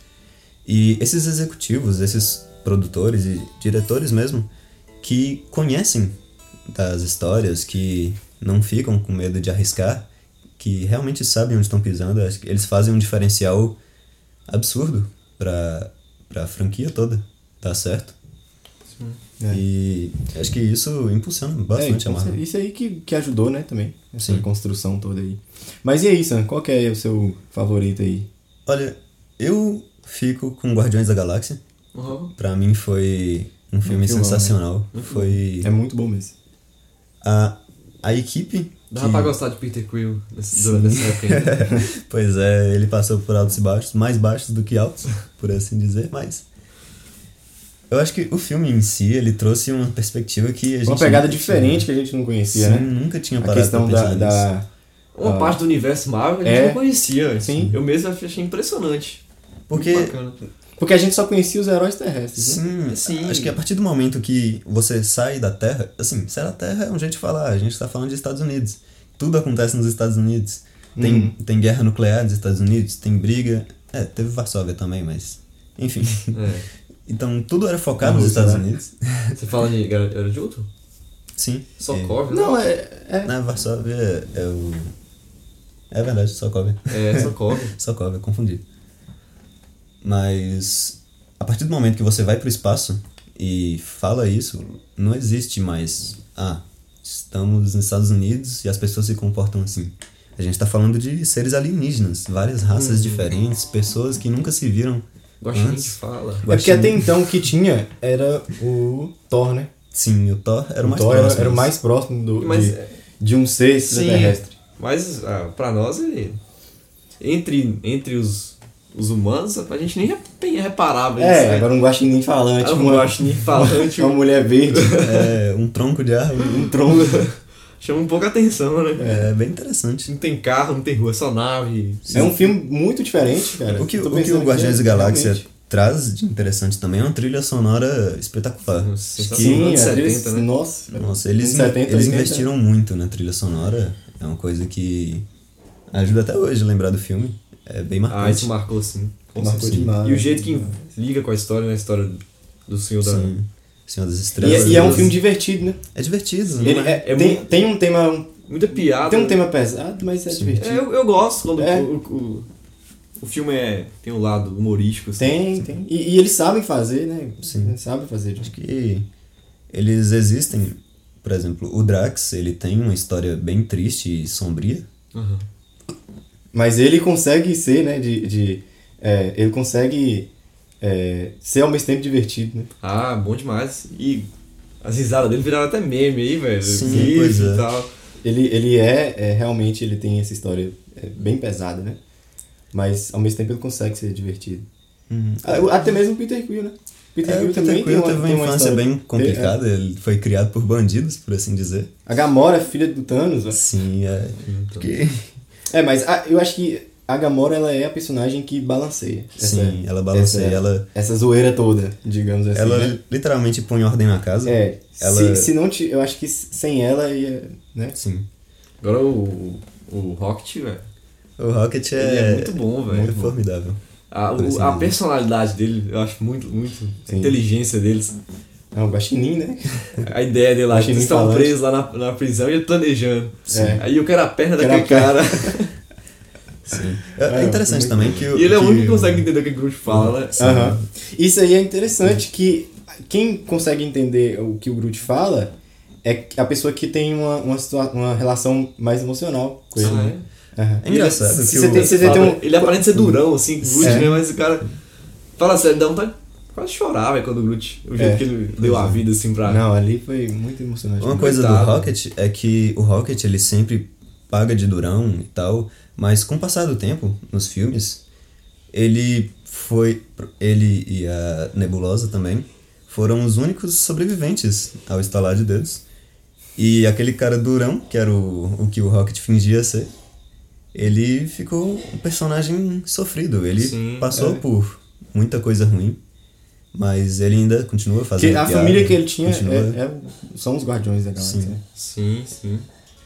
E esses executivos, esses produtores e diretores mesmo, que conhecem das histórias, que não ficam com medo de arriscar, que realmente sabem onde estão pisando, acho que eles fazem um diferencial absurdo para a franquia toda dar certo. É. E acho que isso impulsiona bastante É, a Marvel. isso aí que, que ajudou, né, também. Essa Sim. construção toda aí. Mas e aí, Sam? Qual que é o seu favorito aí? Olha, eu fico com Guardiões da Galáxia. Uhum. Pra mim foi um filme filmão, sensacional. Muito Foi É muito bom mesmo. a, a equipe. Dá que- pra gostar de Peter Quill nesse, durante essa época ainda. Pois é, ele passou por altos e baixos, mais baixos do que altos, por assim dizer, mas eu acho que o filme em si, ele trouxe uma perspectiva que a gente Uma pegada nunca diferente tinha, que a gente não conhecia, sim, né? nunca tinha A parado questão pra da, pensar nisso. da... Uma Ah. parte do universo Marvel que a gente É. não conhecia. Sim. Eu mesmo achei impressionante. Porque Muito bacana. Porque a gente só conhecia os heróis terrestres, né? Sim, Sim. acho que a partir do momento que você sai da Terra, assim, sair da Terra é um jeito de falar, a gente tá falando de Estados Unidos. Tudo acontece nos Estados Unidos. Tem, Uhum. tem guerra nuclear nos Estados Unidos, tem briga. É, teve Varsóvia também, mas Enfim. É. Então, tudo era focado Na nos Rússia, Estados né? Unidos. Você fala de Gar- era de outro? Sim. Sokovia, né? Não, é. é Na Varsóvia é, é o... É verdade, Sokovia. É, Sokovia. Sokovia, confundi. Mas, a partir do momento que você vai pro espaço e fala isso, não existe mais... Ah, estamos nos Estados Unidos e as pessoas se comportam assim. A gente tá falando de seres alienígenas, várias raças Hum. diferentes, pessoas que nunca se viram Guaxinim que antes. fala. É porque até então o que tinha era o Thor, né? Sim, o Thor era o mais Thor era, próximo. era o mais próximo do, Mas, de, de um ser extraterrestre. Mas ah, pra nós, ele, entre, entre os, os humanos, a gente nem rep- reparava isso, É, né? agora um guaxinim falante, Ah, um uma, guaxinim falante, uma mulher verde, É, um tronco de árvore. um tronco. chama um pouco a atenção, né? É bem interessante. Não tem carro, não tem rua, é só nave. É um filme muito diferente, cara. O que, Tô o, que pensando o Guardiões aqui, da Galáxia realmente. traz de interessante também é uma trilha sonora espetacular. Nossa, Acho que- Sim, anos a trilha- setenta, né? Nossa, Nossa, eles, anos setenta, eles oitenta. investiram muito na trilha sonora. É uma coisa que ajuda até hoje a lembrar do filme. É bem marcante. Ah, isso marcou sim. Com Marcou certeza. demais. E o jeito que liga com a história, né? A história do Senhor da... Sim. Senhor das E, Estrelas. é- e é um filme divertido, né? É divertido. Ele né? é- é tem, muito- tem um tema. Muita piada. Tem um tema pesado, mas é divertido. É, eu, eu gosto quando É. o, o, o filme é, tem um lado humorístico. Assim. Tem, tem. E, e eles sabem fazer, né? Sim. Eles sabem fazer. Acho que eles existem. Por exemplo, o Drax, ele tem uma história bem triste e sombria. Uhum. Mas ele consegue ser, né? De, de, é, ele consegue é, ser ao mesmo tempo divertido, né? Ah, bom demais. E as risadas dele viraram até meme aí, velho. Sim, GIF pois é. e tal. Ele, ele é, é, realmente, ele tem essa história é, bem pesada, né? Mas ao mesmo tempo ele consegue ser divertido. Uhum. Ah, Até mesmo o Peter Quill, né? Peter É, o Quill Peter também Quill tem teve uma, uma tem infância história- bem complicada. Ele foi criado por bandidos, por assim dizer. A Gamora é filha do Thanos, ó. Sim, é. Então. Que... É, mas a- eu acho que a Gamora, ela é a personagem que balanceia. Sim, ela balanceia, Essa, ela- essa zoeira toda, digamos assim. Ela né? literalmente põe ordem na casa. É, ela- se, se não te, eu acho que sem ela ia, né? Sim. Agora o, o Rocket, velho. O Rocket é, Ele é muito bom, velho. é Muito bom. formidável. A, Por o- assim a dizer. personalidade dele, eu acho muito, muito. A Sim. inteligência deles. É um guaxinim, né? A ideia dele lá, Guaxinim eles estão falante. presos lá na, na prisão e ele planejando. Sim. Aí eu quero a perna Quero daquele a perna. cara. Sim. É, é É, interessante muito também bom. que o. E ele é o que único que consegue entender o que o Groot fala, né? Sim. Aham. Isso aí é interessante que quem consegue entender o que o Groot fala é a pessoa que tem uma, uma, situa- uma relação mais emocional com ele. Ah, né? Aham. É engraçado Se que você o- tem, se você Fala, tem um, Ele aparenta ser durão, assim, Groot, É. né? Mas o cara. Fala sério, dá vontade de quase chorar, velho, quando o Groot. O jeito É. que ele deu a vida, assim, pra. Não, ali foi muito emocionante. Uma coisa do Coitado. Rocket é que o Rocket ele sempre paga de durão e tal, mas com o passar do tempo, nos filmes, ele foi. Ele e a Nebulosa também foram os únicos sobreviventes ao estalar de dedos. E aquele cara durão, que era o, o que o Rocket fingia ser, ele ficou um personagem sofrido. Ele Sim, passou é. por muita coisa ruim, mas ele ainda continua fazendo Que a piada, família que ele tinha continua- é, é- são os Guardiões da Galáxia. Sim. né? Sim, sim.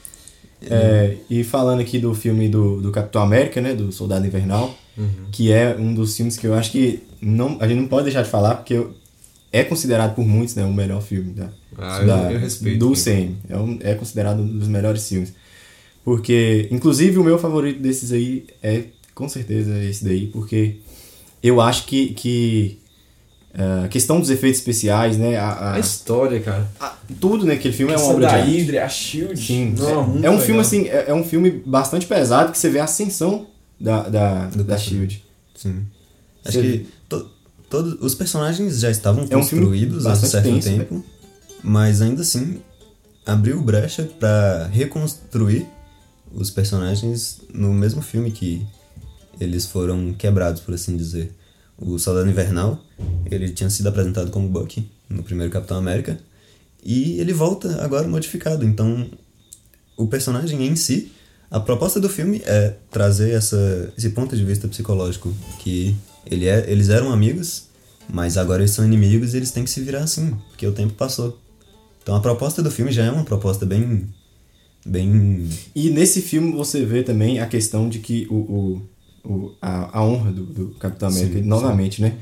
É, e falando aqui do filme do, do Capitão América, né, do Soldado Invernal, Uhum. que é um dos filmes que eu acho que não, a gente não pode deixar de falar, porque eu- é considerado por muitos, né, o melhor filme da, Ah, eu- da- eu respeito, do hein. U C M. É, um- é considerado um dos melhores filmes. Porque, inclusive, o meu favorito desses aí é, com certeza, esse daí, porque eu acho que, que a questão dos efeitos especiais, né, a, a- A história, cara. a- tudo naquele filme é uma Essa obra de da arte. Hydra, a Shield. Sim, Não, muito é, é um legal. filme assim, é, é um filme bastante pesado que você vê a ascensão da, da, Do da personagem. Shield. Sim. Acho Você- que to, todos os personagens já estavam É um filme construídos há um bastante certo tenso, né? tempo, mas ainda assim abriu brecha para reconstruir os personagens no mesmo filme que eles foram quebrados, por assim dizer. O Soldado Invernal, ele tinha sido apresentado como Bucky no primeiro Capitão América e ele volta agora modificado. Então, o personagem em si, a proposta do filme é trazer essa, esse ponto de vista psicológico que ele é, eles eram amigos, mas agora eles são inimigos e eles têm que se virar assim, porque o tempo passou. Então a proposta do filme já é uma proposta bem bem E nesse filme você vê também a questão de que o, o, o, a, a honra do, do Capitão América, Sim, novamente, né?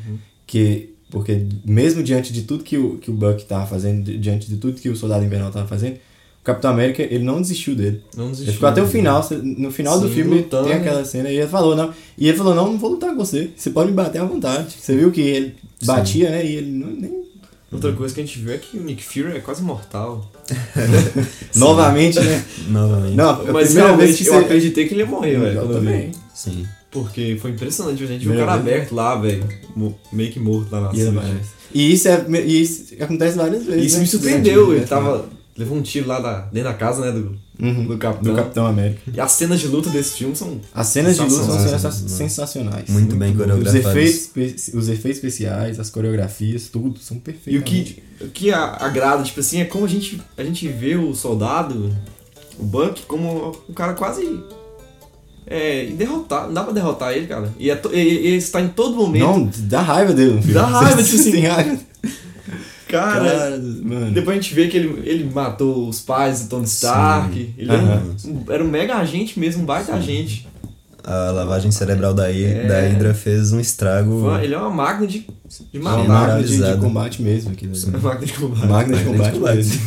que, porque mesmo diante de tudo que o, que o Buck tava fazendo, di- diante de tudo que o Soldado Invernal tava fazendo, o Capitão América, ele não desistiu dele. Não Ele desistiu. ficou até o final. cê- No final do Sim, filme lutando, tem aquela né? cena e ele falou, não. E ele falou, não, não vou lutar com você. Você pode me bater à vontade. Você viu que ele batia, né? E ele não, nem. Outra coisa que a gente viu é que o Nick Fury é quase mortal. Novamente, né? Novamente. Não, a Mas primeira realmente vez que eu você... acreditei que ele ia morrer, velho. Eu quando eu vi. também. Sim. Porque foi impressionante, a gente viu o Primeira cara vez. aberto lá, velho. mo- Meio que morto lá na E, ele cima. aparece. E isso, é, e isso acontece várias vezes. Isso né? me surpreendeu, Durante- ele tava. Levou um tiro lá da, dentro da casa, né? Do, Uhum, do Capitão. do Capitão América. E as cenas de luta desse filme são. As cenas de luta são Sensacionais, sensa- né? sensacionais. Muito bem Os coreografadas. efeitos, espe- os efeitos especiais, as coreografias, tudo são E perfeitos. o que, o que a- agrada, tipo assim, é como a gente, a gente vê o soldado, o Buck, como um cara quase. É, derrotar, não dá pra derrotar ele, cara. E, é to- e- e ele está em todo momento. Não, dá raiva dele no filme. Dá raiva, tipo assim. Tem raiva. Cara, Cara, mano. depois a gente vê que ele, ele matou os pais do Tony Stark. Ele era, Aham. um, um- era um mega agente mesmo, um baita agente. A lavagem cerebral da, Hy- É. da Hydra fez um estrago. Foi- Ele é uma máquina de, de É uma matar. máquina de, de generalizado. combate mesmo aquilo. Uma máquina de combate. Máquina de Máquina de combate combate. mesmo.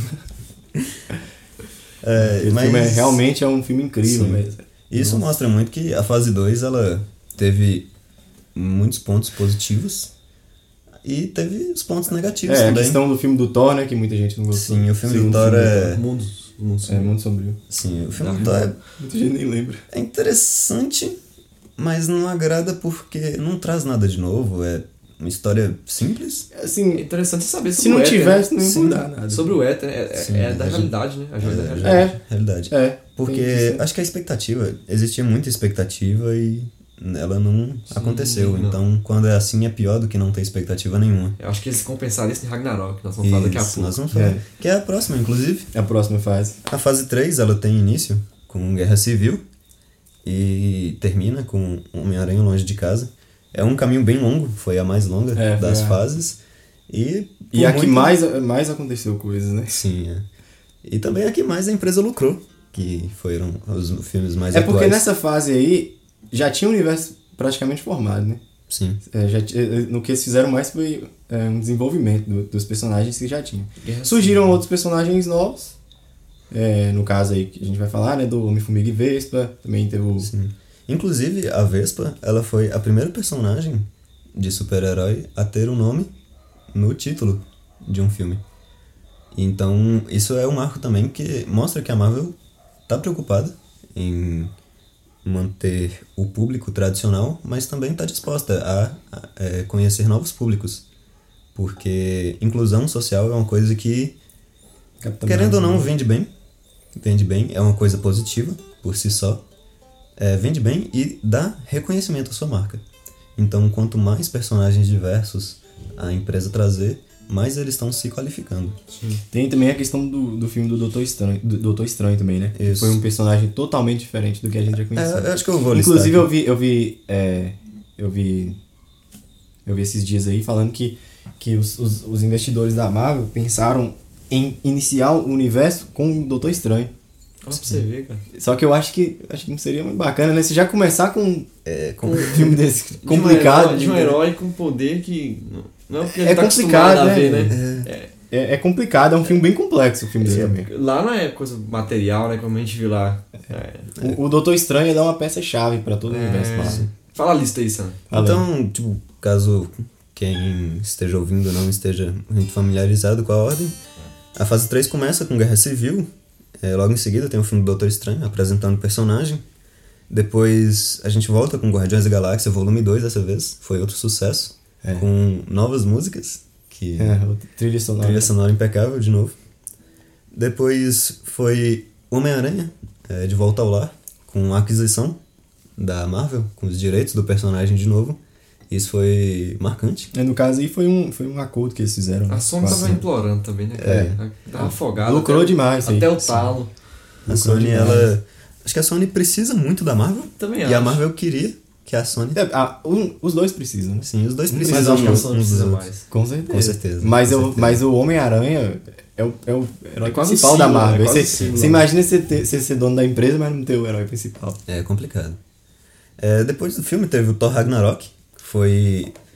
É, O mas filme é, realmente é um filme incrível Sim. mesmo. isso mostra muito que a fase dois ela teve muitos pontos positivos e teve os pontos negativos É, a também. questão do filme do Thor, né, que muita gente não gostou. Sim, o filme do Segundo Thor filme é- Mundos, mundos. É muito sombrio. Sim, o filme Dá do Thor é Muita gente nem lembra. É interessante, mas não agrada porque não traz nada de novo. É uma história simples. É Assim, interessante saber sobre se não o éter, tivesse, né? não ia Sim. mudar nada. Sobre o éter, é, é, Sim, é da a realidade, né? A joia da É, realidade. É. realidade. É. tem Porque isso. acho que a expectativa, existia muita expectativa e ela não aconteceu. não. Então, quando é assim, é pior do que não ter expectativa nenhuma. Eu acho que eles compensaram isso em Ragnarok, nós vamos falar daqui a Isso, pouco. nós vamos falar. É. Que é a próxima, inclusive. A próxima fase. A fase três, ela tem início com Guerra Civil e termina com Homem-Aranha Longe de Casa. É um caminho bem longo, foi a mais longa É, foi das a- fases. E, E por a que muito- mais, mais aconteceu coisas, né? Sim, é. E também a que mais a empresa lucrou, que foram os filmes mais É atuais. porque nessa fase aí já tinha o universo praticamente formado, né? Sim. É, já, ti- é, no que eles fizeram mais foi é, um desenvolvimento do- dos personagens que já tinham. Guerra Surgiram Civil. outros personagens novos. É, no caso aí que a gente vai falar, né? Do Homem-Formiga e Vespa. Também teve o... Sim. Inclusive, a Vespa, ela foi a primeira personagem de super-herói a ter um nome no título de um filme. Então, isso é um marco também que mostra que a Marvel tá preocupada em manter o público tradicional, mas também está disposta a, a é, conhecer novos públicos. Porque inclusão social é uma coisa que, Capitão querendo ou não, Marvel. vende bem. Vende bem, é uma coisa positiva por si só. É, vende bem e dá reconhecimento à sua marca. Então, quanto mais personagens diversos a empresa trazer, mais eles estão se qualificando. Tem também a questão do, do filme do Doutor Estranho, do Doutor Estranho também, né? Isso. Foi um personagem totalmente diferente do que a gente já conhecia. É, eu acho que eu vou listar Inclusive eu aqui. vi, eu vi, é, eu vi, eu vi esses dias aí falando que, que os, os, os investidores da Marvel pensaram em iniciar o universo com o Doutor Estranho. Olha pra você ver, cara. Só que eu acho que acho que não seria muito bacana, né? Se já começar com É, com com- um filme desse De um complicado. herói- De um herói com poder que. Não, não é o que ele É tá complicado, acostumado a ver, né? né? É, é complicado, é um filme bem complexo o filme dele também. Lá não é coisa material, né? Como a gente viu lá. É. O, o Doutor Estranho ele é uma peça-chave pra todo o universo Marvel. Fala a lista aí, Sam. Fala aí. Então, tipo, caso quem esteja ouvindo não esteja muito familiarizado com a ordem, a fase três começa com Guerra Civil. É, logo em seguida tem o filme do Doutor Estranho apresentando o personagem. Depois a gente volta com Guardiões da Galáxia Volume dois dessa vez. Foi outro sucesso. É. Com novas músicas. Que É, o trilha sonora. Trilha sonora impecável de novo. Depois foi Homem-Aranha, é, de volta ao lar, com a aquisição da Marvel, com os direitos do personagem de novo. Isso foi marcante. É, no caso aí foi um, foi um acordo que eles fizeram. né? A Sony Com a tava implorando também, né? cara? Tava afogada. Lucrou até, demais aí. Até o talo. A Lucrou Sony, demais. ela... Acho que a Sony precisa muito da Marvel. Também E acho. a Marvel queria que a Sony... É, ah, um- os dois precisam, né? Sim, os dois Mas precisam Mas eu acho que a uns Sony dos precisa outros. mais. Com certeza. Com certeza, Mas, com eu, certeza. mas o Homem-Aranha é o, é o herói É quase principal o da símbolo, Marvel. é quase Você, o símbolo. você imagina você, ter, você ser dono da empresa, mas não ter o herói principal. É complicado. É, depois do filme teve o Thor Ragnarok, que foi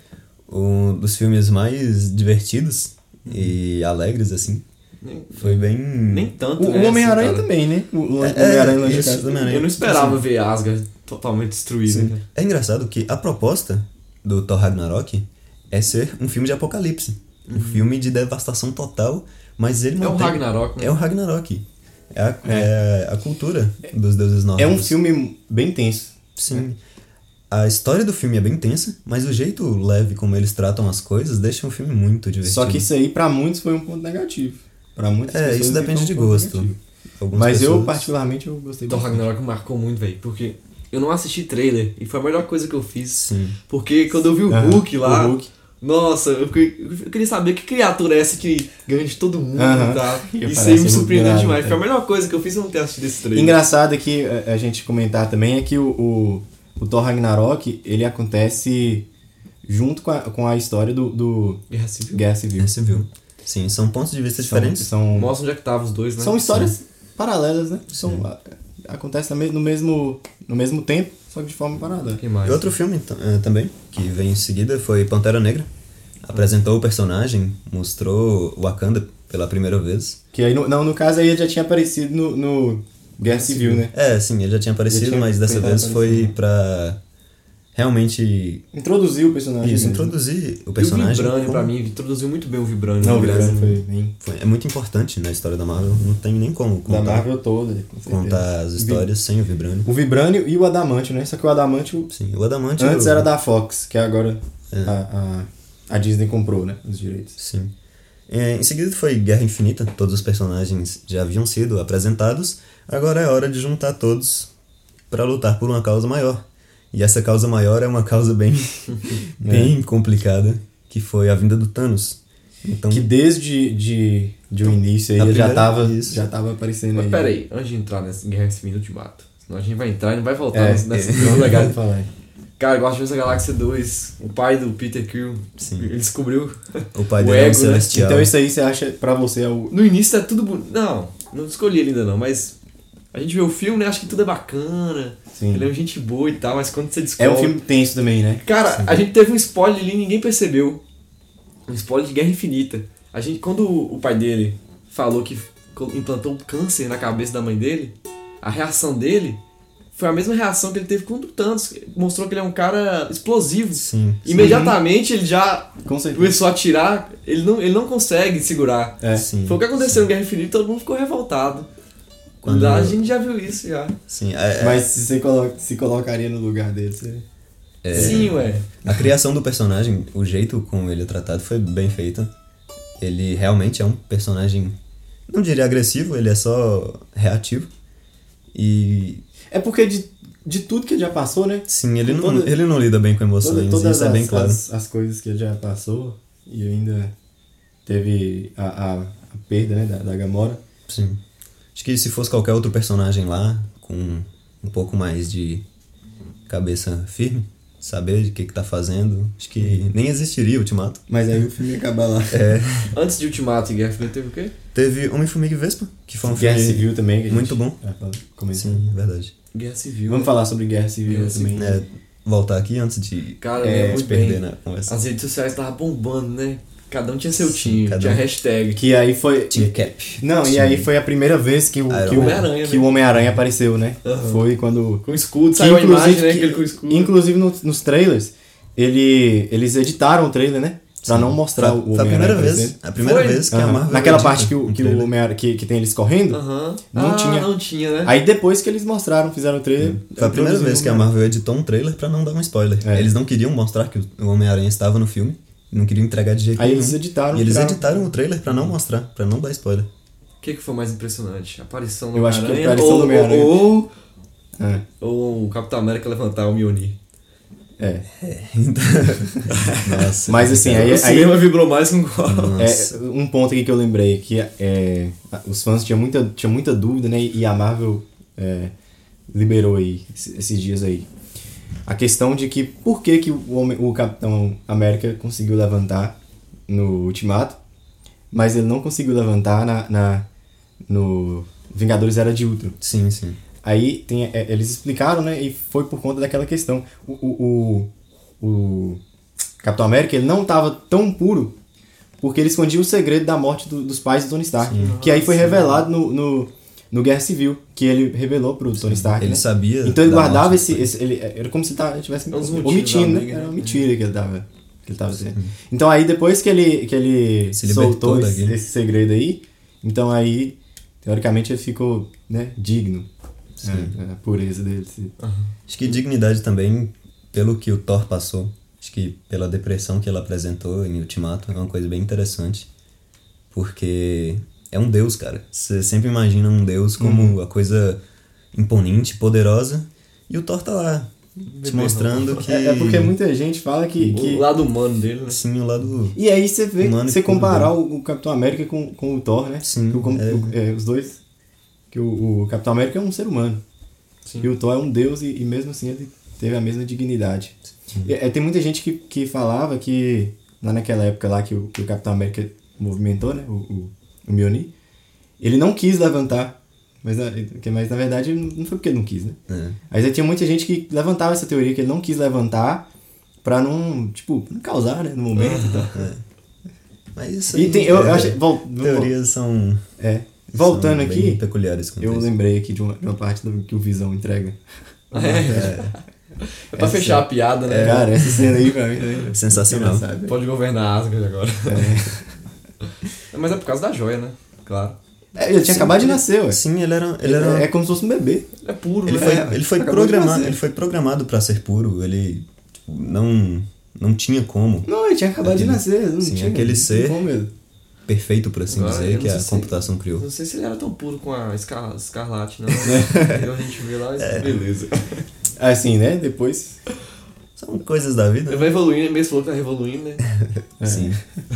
um dos filmes mais divertidos e alegres, assim. Nem, Foi bem... nem tanto, O, né? o Homem-Aranha assim, cara. também, né? O, o É, Homem-Aranha é, Longe de isso, Casa. Homem-Aranha. Eu não esperava ver Asgard totalmente destruída. Sim. Cara. É engraçado que a proposta do Thor Ragnarok é ser um filme de apocalipse. Um filme de devastação total, mas ele É o mantém... Ragnarok, né? É o Ragnarok. É a, é a cultura dos deuses nórdicos. É um filme bem tenso. Sim. A história do filme é bem tensa, mas o jeito leve como eles tratam as coisas deixa um filme muito divertido. Só que isso aí, pra muitos, foi um ponto negativo. Pra muitas É, pessoas isso depende foi um de ponto gosto. negativo. Algumas Mas eu, pessoas- particularmente, eu gostei Thor bastante. Ragnarok marcou muito, velho, porque eu não assisti trailer e foi a melhor coisa que eu fiz. Sim. Porque quando eu vi o Aham, Hulk lá, o Hulk. nossa, eu, fiquei- eu queria saber que criatura é essa que ganha de todo mundo Aham. e tal. E Isso aparece aí o me Hulk surpreendeu do demais. nada, Foi a é. melhor coisa que eu fiz não ter assistido esse trailer. Engraçado é que a, a gente comentar também é que o, o, o Thor Ragnarok, ele acontece junto com a, com a história do, do Guerra Civil. Guerra Civil. É, você viu. Sim, são pontos de vista São, diferentes. são, Mostra onde é que tava os dois, né? são histórias paralelas, né? São, a- acontece no, me- no mesmo, no mesmo tempo, só que de forma paralela. Que mais? E outro filme t- eh, também, que veio em seguida, foi Pantera Negra. Apresentou o personagem, mostrou Wakanda pela primeira vez. Que aí, no, não, no caso aí ele já tinha aparecido no, no Guerra Civil, né? É, sim, ele já tinha aparecido, Já tinha mas dessa tentado vez foi aparecer. pra realmente Introduziu o personagem. isso, mesmo. introduzir o E o personagem. Vibranium, como- pra mim, introduziu muito bem o Vibranium. Não, o né? Vibranium foi bem... foi- é muito importante na história da Marvel, não tem nem como Da contar, Marvel toda, com certeza. contar as histórias sem o Vibranium. O Vibranium e o Adamantio, né? Só que o Adamantio Sim, o Adamante... antes o- era da Fox, que agora É. a, a, a Disney comprou, né? Os direitos. Sim. É, em seguida foi Guerra Infinita, todos os personagens já haviam sido apresentados, agora é hora de juntar todos para lutar por uma causa maior. E essa causa maior é uma causa bem, bem complicada, que foi a vinda do Thanos. Então, Que desde de, de o início aí a ele já primeira- tava, isso. já tava aparecendo Mas aí. pera aí, antes de entrar nessa Guerra Civil Ultimato, senão a gente vai entrar e não vai voltar É, nessa nessa é, coisa legal. vamos falar aí. Cara, Guardiões da Galáxia dois, o pai do Peter Quill, Sim. ele descobriu. o pai o dele é um ego, né? celestial. Então isso aí você acha, pra você, é o... No início é tudo bonito. Não, não escolhi ele ainda não, mas a gente vê o filme, né? Acha que tudo é bacana. Sim. Ele é gente boa e tal, mas quando você É descobre. um filme tenso também, né? Cara, a gente teve um spoiler ali e ninguém percebeu. Um spoiler de Guerra Infinita. A gente, quando o pai dele falou que col- implantou um câncer na cabeça da mãe dele, a reação dele foi a mesma reação que ele teve com o Thanos. Mostrou que ele é um cara explosivo. Sim. Imediatamente ele já Com certeza. começou a atirar, ele não, ele não consegue segurar. É. Sim. Foi o que aconteceu em Guerra Infinita, todo mundo ficou revoltado. Quando- Lá a gente já viu isso já. Sim, é- é- Mas se você coloca, se colocaria no lugar dele, você... é- Sim, ué. A criação do personagem, o jeito como ele é tratado foi bem feita. Ele realmente é um personagem, não diria agressivo, ele é só reativo. E É porque de, de tudo que ele já passou, né? sim, ele, Com não, toda- ele não lida bem com emoções, Toda, todas isso é as, bem claro. as, as coisas que ele já passou e ainda teve a, a, a perda, né, da, da Gamora. Sim. Acho que se fosse qualquer outro personagem lá, com um pouco mais de cabeça firme, saber de que que tá fazendo, acho que nem existiria Ultimato. Mas aí o filme ia acabar lá. É, Antes de Ultimato e Guerra Infinita teve o quê? teve Homem-Formiga e Vespa, que foi um Guerra filme Civil também. Que a muito gente bom. vai falar- comentar. Sim, verdade. Guerra Civil. Vamos falar sobre Guerra Civil Guerra também. É, voltar aqui antes de, Cara, eu É, lembro de muito perder bem. na conversa. As redes sociais estavam bombando, né? Cada um tinha seu Sim, time, cada tinha um. hashtag. Que aí foi... Team Cap. Não, e Sim. aí foi a primeira vez que o, Iron que o, Homem-Aranha, que né? o Homem-Aranha apareceu, né? Aham. Foi quando... Com escudo, que saiu a imagem, né? que- Aquele com escudo. Inclusive no- nos trailers, ele, eles editaram o trailer, né? Pra não mostrar Foi- o Foi a Homem-Aranha primeira vez, aparecendo. a primeira Foi? vez que a Aham. Marvel Naquela edita parte que o, um que, o trailer. Homem que, que tem eles correndo, Aham. Não ah, tinha. não tinha, né? aí depois que eles mostraram, fizeram o trailer... Foi a primeira introduziram vez que a o Homem-Aranha. Marvel editou um trailer pra não dar um spoiler. É. Eles não queriam mostrar que o Homem-Aranha estava no filme, não queriam entregar de jeito Aí nenhum. eles editaram. E eles tiraram- editaram o trailer pra não mostrar, pra não dar spoiler. O que, que foi mais impressionante? A aparição do Eu acho que a Homem-Aranha aparição ou, do Homem-Aranha. ou, É. ou o Capitão América levantar o Mjolnir? É. Nossa. Mas assim, O aí, aí cinema vibrou mais com o Nossa. é, um ponto aqui que eu lembrei, que é, os fãs tinham muita, tinham muita dúvida, né? E a Marvel é, liberou aí, esses esses dias aí. A questão de que por que, que o, homem, o Capitão América conseguiu levantar no Ultimato, mas ele não conseguiu levantar na, na, no Vingadores Era de Ultron. Sim, sim. Aí tem, é, eles explicaram, né? E foi por conta daquela questão. O, o, o, o, Capitão América, ele não tava tão puro porque ele escondia o segredo da morte do, dos pais do Tony Stark. Sim. Que aí foi revelado no, no, no Guerra Civil, que ele revelou pro Tony Stark. Ele né? sabia. Então ele guardava esse, esse. Ele, era como se ele estivesse omitindo, né? né? Era uma mentira que ele tava. Que ele tava dizendo. Então aí depois que ele, que ele Se soltou esse, esse segredo aí, então aí, teoricamente, ele ficou, né, digno. É, a pureza dele. Uhum. Acho que dignidade também, pelo que o Thor passou, acho que pela depressão que ele apresentou em Ultimato, é uma coisa bem interessante. Porque é um deus, cara. Você sempre imagina um deus como uhum. a coisa imponente, poderosa, e o Thor tá lá, te mostrando não. que... É, é porque muita gente fala que... O que... lado humano dele, né? Sim, o lado E aí você vê, você comparar dele. o Capitão América com, com o Thor, né? Sim, o, é... o, é, os dois... Que o, o Capitão América é um ser humano. Sim. E o Thor é um deus e, e mesmo assim ele teve a mesma dignidade. E, é, tem muita gente que, que falava que... Lá naquela época lá que o, que o Capitão América movimentou, né? O, o, o Mjolnir. Ele não quis levantar. Mas, mas na verdade não foi porque ele não quis, né? É. Aí já tinha muita gente que levantava essa teoria, que ele não quis levantar pra não, tipo, não causar, né, no momento e tal. É. Mas isso aí, e tem, eu, é, eu acho, vol, teorias são... É. Voltando são aqui, bem peculiares eu isso. lembrei aqui de uma, de uma parte do, que o Visão entrega. É, é. é pra essa, fechar a piada, né? É, cara, essa cena aí pra mim é sensacional. Pode governar Asgard agora. É. Mas é por causa da joia, né? Claro. É, ele tinha sim, acabado ele, de nascer, ué. Sim, ele era... Ele era... É, é como se fosse um bebê. É puro, ele né? Foi, é, ele, foi programado, ele foi programado pra ser puro. Ele tipo, não, não tinha como. Não, ele tinha acabado aquele, de nascer. Não sim, tinha aquele não ser como perfeito, por assim Agora, dizer, que a se, computação criou. Não sei se ele era tão puro com a Scar, Scarlet, não. Aí a gente vê lá e é. beleza. Assim, né? Depois... São coisas da vida. Ele vai evoluindo, ele mesmo falou que tá evoluindo, né? É. Sim.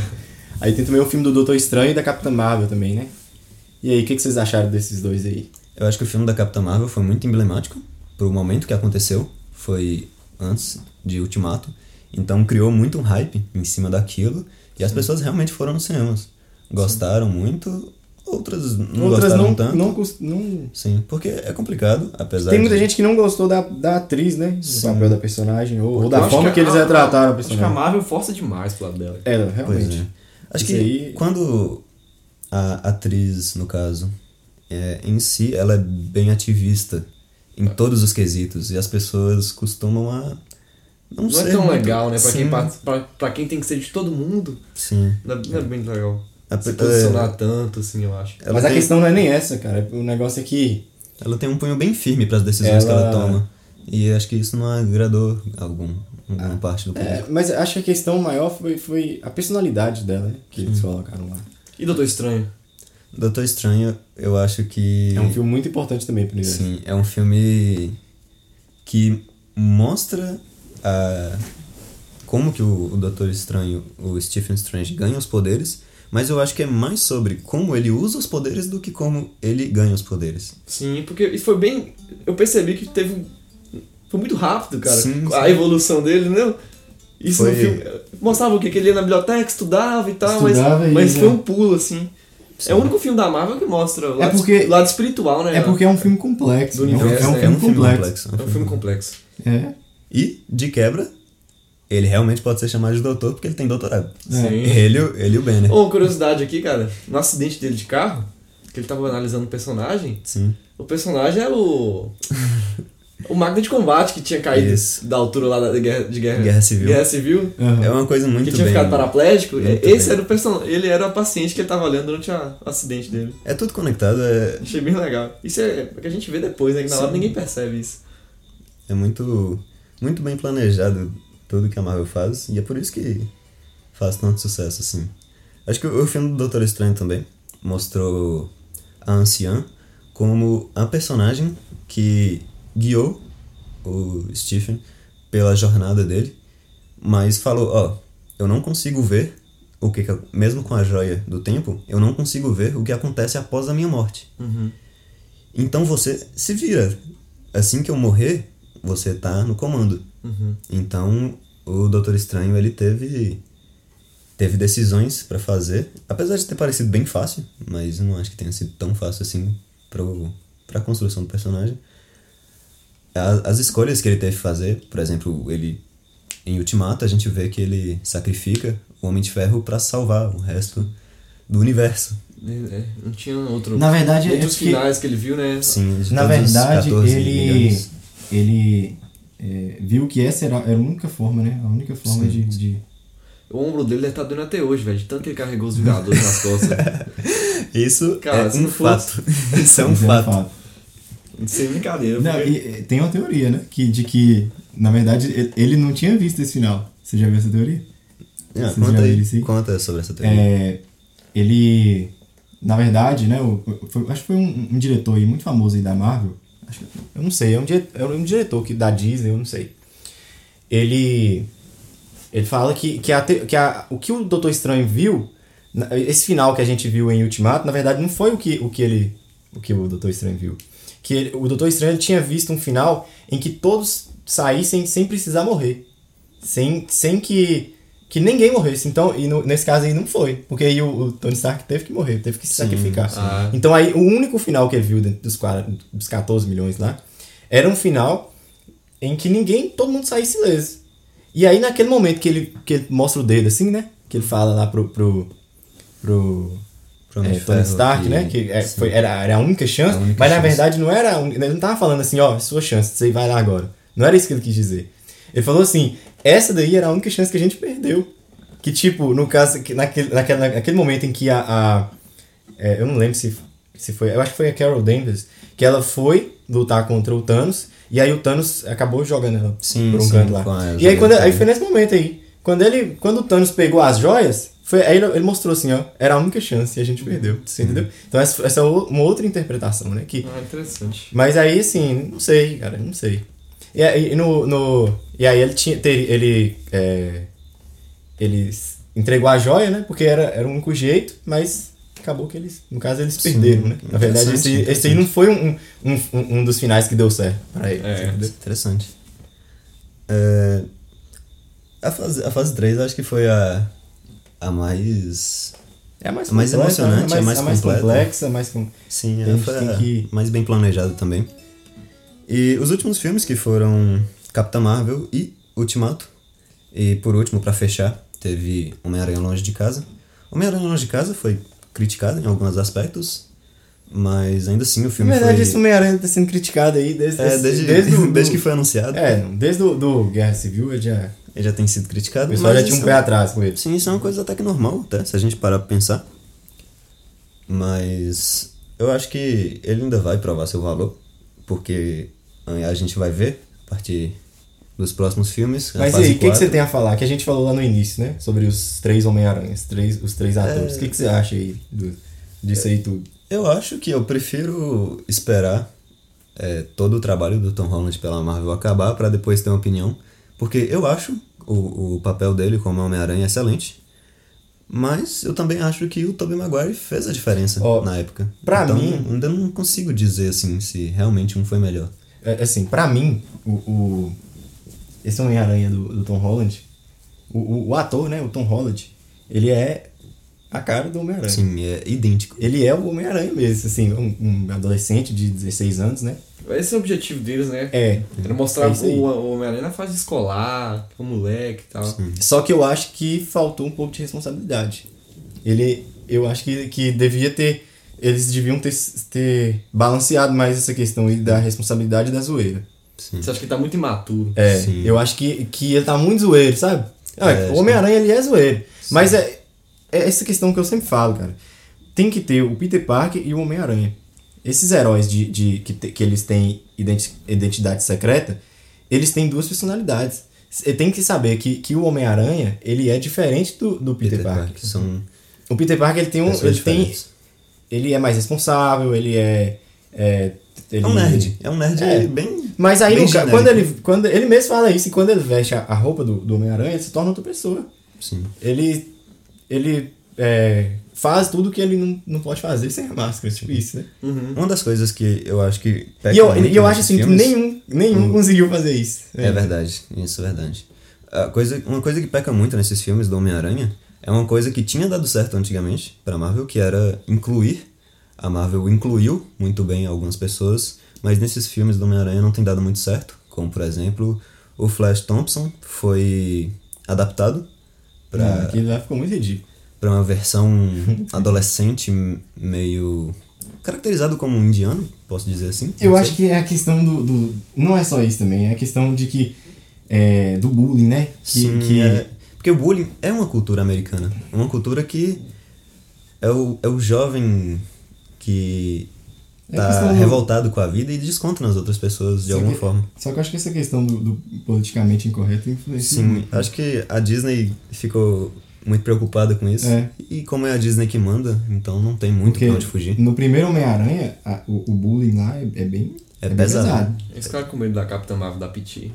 Aí tem também o filme do Doutor Estranho e da Capitã Marvel também, né? E aí, o que, que vocês acharam desses dois aí? Eu acho que o filme da Capitã Marvel foi muito emblemático pro momento que aconteceu. Foi antes de Ultimato. Então criou muito um hype em cima daquilo. E as Sim. pessoas realmente foram nos cinemas. Gostaram Sim. muito, outras não outras gostaram não, tanto. Não, não... Sim, porque é complicado, apesar Tem muita de... gente que não gostou da, da atriz, né? Do Sim. papel da personagem, ou, ou da forma que, que eles a, retrataram a personagem. Acho que a Marvel força demais pro lado dela. É, realmente. É. Acho Isso que aí... quando a atriz, no caso, é, em si, ela é bem ativista em todos os quesitos. E as pessoas costumam a... Não, não ser é tão muito... legal, né? Pra Sim. quem, pra, pra quem tem que ser de todo mundo, Sim. não é, não é bem legal. A, se posicionar é... tanto, assim, eu acho. Ela Mas tem... a questão não é nem essa, cara. O negócio é que... Ela tem um punho bem firme para as decisões ela... que ela toma. E acho que isso não agradou algum, alguma ah, parte do público. É, mas acho que a questão maior foi, foi a personalidade dela, né? Que Sim. eles colocaram lá. E Doutor Estranho? Doutor Estranho, eu acho que... É um filme muito importante também pro universo. Sim, é um filme que mostra a... como que o, o Doutor Estranho, o Stephen Strange, ganha os poderes, mas eu acho que é mais sobre como ele usa os poderes do que como ele ganha os poderes. Sim, porque foi bem... Eu percebi que teve... Foi muito rápido, cara, sim, a sim. evolução dele, né? Isso foi... no filme... Mostrava o quê? Que ele ia na biblioteca, estudava e tal, estudava mas, e mas ia... foi um pulo, assim. Sim. É o único filme da Marvel que mostra o lado, é porque... lado espiritual, né? É porque é um filme complexo. Do universo, é um, né? é um filme complexo. É um filme complexo. É. E, de quebra, ele realmente pode ser chamado de doutor porque ele tem doutorado. Sim. Ele, ele e o Banner. Uma curiosidade aqui, cara. No acidente dele de carro, que ele tava analisando o personagem, Sim. o personagem era o... o máquina de combate que tinha caído Isso. da altura lá da guerra, de guerra, guerra civil. Guerra civil. Uhum. É uma coisa muito que tinha bem... ficado paraplégico. Muito Esse bem. era o person... Ele era o paciente que ele tava olhando durante a... o acidente dele. É tudo conectado, é... Achei bem legal. Isso é o que a gente vê depois, né? Que na Sim. hora ninguém percebe isso. É muito, muito bem planejado tudo que a Marvel faz, e é por isso que faz tanto sucesso, assim. Acho que o, o filme do Doutor Estranho também mostrou a anciã como a personagem que guiou o Stephen pela jornada dele, mas falou, ó, oh, eu não consigo ver o que, mesmo com a joia do tempo, eu não consigo ver o que acontece após a minha morte. Uhum. Então você se vira. Assim que eu morrer, você tá no comando. Uhum. Então o Doutor Estranho, ele teve teve decisões pra fazer, apesar de ter parecido bem fácil, mas eu não acho que tenha sido tão fácil assim pro, pra construção do personagem. As, as escolhas que ele teve que fazer, por exemplo, ele em Ultimato a gente vê que ele sacrifica o Homem de Ferro pra salvar o resto do universo. É, não tinha outro, Na verdade, outros é que- finais que ele viu, né? Sim, de Na todos os verdade, catorze ele, milhões. ele é, viu que essa era, era a única forma, né? A única forma Sim. de, de... O ombro dele deve estar doendo até hoje, velho. De tanto que ele carregou os Vingadores nas costas. Isso Cara, é se um não fosse- fato. Isso é um Isso fato. Sem brincadeira. Não, porque- e, e tem uma teoria, né? Que, de que, na verdade, ele, ele não tinha visto esse final. Você já viu essa teoria? Ah, Vocês conta já aí, viram isso aí? conta sobre essa teoria. É, ele, na verdade, né? O, foi- acho que foi um, um diretor aí muito famoso aí da Marvel. Acho que, eu não sei, é um, dire- é um diretor que, da Disney, eu não sei. Ele, ele fala que, que, a, te- que a, o que o Doutor Estranho viu, na- esse final que a gente viu em Ultimato, na verdade, não foi o que, o que ele, o que o Doutor Estranho viu. Que ele- o Doutor Estranho ele tinha visto um final em que todos saíssem sem precisar morrer. Sem, sem que, que ninguém morresse. Então, e no- nesse caso aí não foi. Porque aí o, o Tony Stark teve que morrer, teve que se Sim, sacrificar. sim. Ah. Então aí o único final que ele viu dentro dos, quadra- dos catorze milhões lá era um final em que ninguém, todo mundo saísse ileso. E aí naquele momento que ele, que ele mostra o dedo assim, né? Que ele fala lá pro... pro, pro Pro Homem é, de Tony Ferro Stark, que- né? Que é, sim. foi, era, era a única chance, A única mas na chance. verdade não era a única, ele não tava falando assim, ó, sua chance, você vai lá agora. Não era isso que ele quis dizer. Ele falou assim, essa daí era a única chance que a gente perdeu. Que tipo, no caso, que naquele, naquele, naquele momento em que a... a é, eu não lembro se, se foi, eu acho que foi a Carol Danvers, que ela foi lutar contra o Thanos, e aí o Thanos acabou jogando ela Sim, por um sim, canto lá. com a E aí, joia quando, aí também. foi nesse momento aí. Quando, ele, quando o Thanos pegou as joias, foi, aí ele, ele mostrou assim, ó, era a única chance e a gente perdeu. Você entendeu? Então essa, essa é uma outra interpretação, né? Que, Ah, interessante. mas aí, assim, não sei, cara, não sei. E aí, no, no, e aí ele tinha. Ter, ele. É, ele s- entregou a joia, né? Porque era, era o único jeito, mas acabou que eles. No caso, eles Sim, perderam, né? Na verdade, esse, interessante, esse aí não foi um, um, um, um dos finais que deu certo pra ele. É. você entendeu? Interessante. É, a, fase, a fase três acho que foi a, a mais... É a mais, A mais completa, emocionante, né? a mais a mais completa. complexa, a mais. Com... Sim, A ela gente foi tem a que- mais bem planejada também. E os últimos filmes que foram Capitã Marvel e Ultimato. E por último, pra fechar, teve Homem-Aranha Longe de Casa. Homem-Aranha Longe de Casa foi criticado em alguns aspectos, mas ainda assim o Na filme verdade, foi... esse Homem-Aranha tá sendo criticado aí desde, É, desde, desde, o- desde do- que foi anunciado, É, não, desde o do Guerra Civil ele já. ele já tem sido O criticado. pessoal mas já tinha um isso pé é- atrás com ele. Sim, isso é uma coisa até que normal, até, se a gente parar pra pensar. Mas eu acho que ele ainda vai provar seu valor, porque a gente vai ver a partir dos próximos filmes. a Mas e fase aí, o que, que quatro. você tem a falar? Que a gente falou lá no início, né? Sobre os três Homem-Aranhas, três, os três atores. O que, que você acha aí do, disso aí tudo? Eu acho que eu prefiro esperar é, todo o trabalho do Tom Holland pela Marvel acabar pra depois ter uma opinião, porque eu acho o, o papel dele como Homem-Aranha excelente, mas eu também acho que o Tobey Maguire fez a diferença Ó, na época. pra então, mim- ainda não consigo dizer assim se realmente um foi melhor. É, assim, pra mim, o, o- esse Homem-Aranha do, do Tom Holland, o, o, o ator, né? O Tom Holland, ele é a cara do Homem-Aranha. Sim, é idêntico. Ele é o Homem-Aranha mesmo, assim, um, um adolescente de dezesseis anos, né? Esse é o objetivo deles, né? É. Era mostrar É isso aí. o, o Homem-Aranha na fase escolar, o moleque e tal. Só que eu acho que faltou um pouco de responsabilidade. Ele, eu acho que, que devia ter, eles deviam ter, ter balanceado mais essa questão aí da responsabilidade e da zoeira. Sim. Você acha que tá muito imaturo? É, Sim. eu acho que, que ele tá muito zoeiro, sabe? Ah, É, o acho Homem-Aranha, ele é zoeiro. Mas é, é essa questão que eu sempre falo, cara. Tem que ter o Peter Parker e o Homem-Aranha. Esses heróis de, de, que, te- que eles têm identi- identidade secreta, eles têm duas personalidades. Você tem que saber que, que o Homem-Aranha, ele é diferente do, do Peter, Peter Parker. Parker são O Peter Parker, ele tem um... pessoas Ele, tem, diferentes. ele é mais responsável, ele é... É, ele, É um nerd. É um nerd É. bem... Mas aí, bem no ca- genérico. quando, ele, quando ele mesmo fala isso, e quando ele veste a, a roupa do, do Homem-Aranha, ele se torna outra pessoa. Sim. Ele, ele é, faz tudo que ele não, não pode fazer sem a máscara, tipo isso, né? Uhum. Uma das coisas que eu acho que peca E eu, muito e eu acho nesses assim que filmes- nenhum, nenhum conseguiu fazer isso. É verdade, isso é verdade. A coisa, uma coisa que peca muito nesses filmes do Homem-Aranha é uma coisa que tinha dado certo antigamente pra Marvel, que era incluir. A Marvel incluiu muito bem algumas pessoas, mas nesses filmes do Homem-Aranha não tem dado muito certo. Como, por exemplo, o Flash Thompson foi adaptado pra, Ah, aquilo lá ficou muito ridículo. pra uma versão adolescente meio caracterizado como um indiano, posso dizer assim. Eu Não acho sei. que é a questão do, do... Não é só isso também, é a questão de que... É, do bullying, né? Que, Sim, que... é, porque o bullying é uma cultura americana. Uma cultura que é o, é o jovem que É tá questão do- revoltado com a vida e desconta nas outras pessoas de Só alguma que- forma. Só que eu acho que essa questão do, do politicamente incorreto influencia Sim, muito. acho que a Disney ficou muito preocupada com isso. É. E como é a Disney que manda, então não tem muito Porque pra onde fugir. no primeiro Homem-Aranha, a- o, o bullying lá é, é bem... É bem pesado. Esse cara com medo da Capitã Marvel da Piti.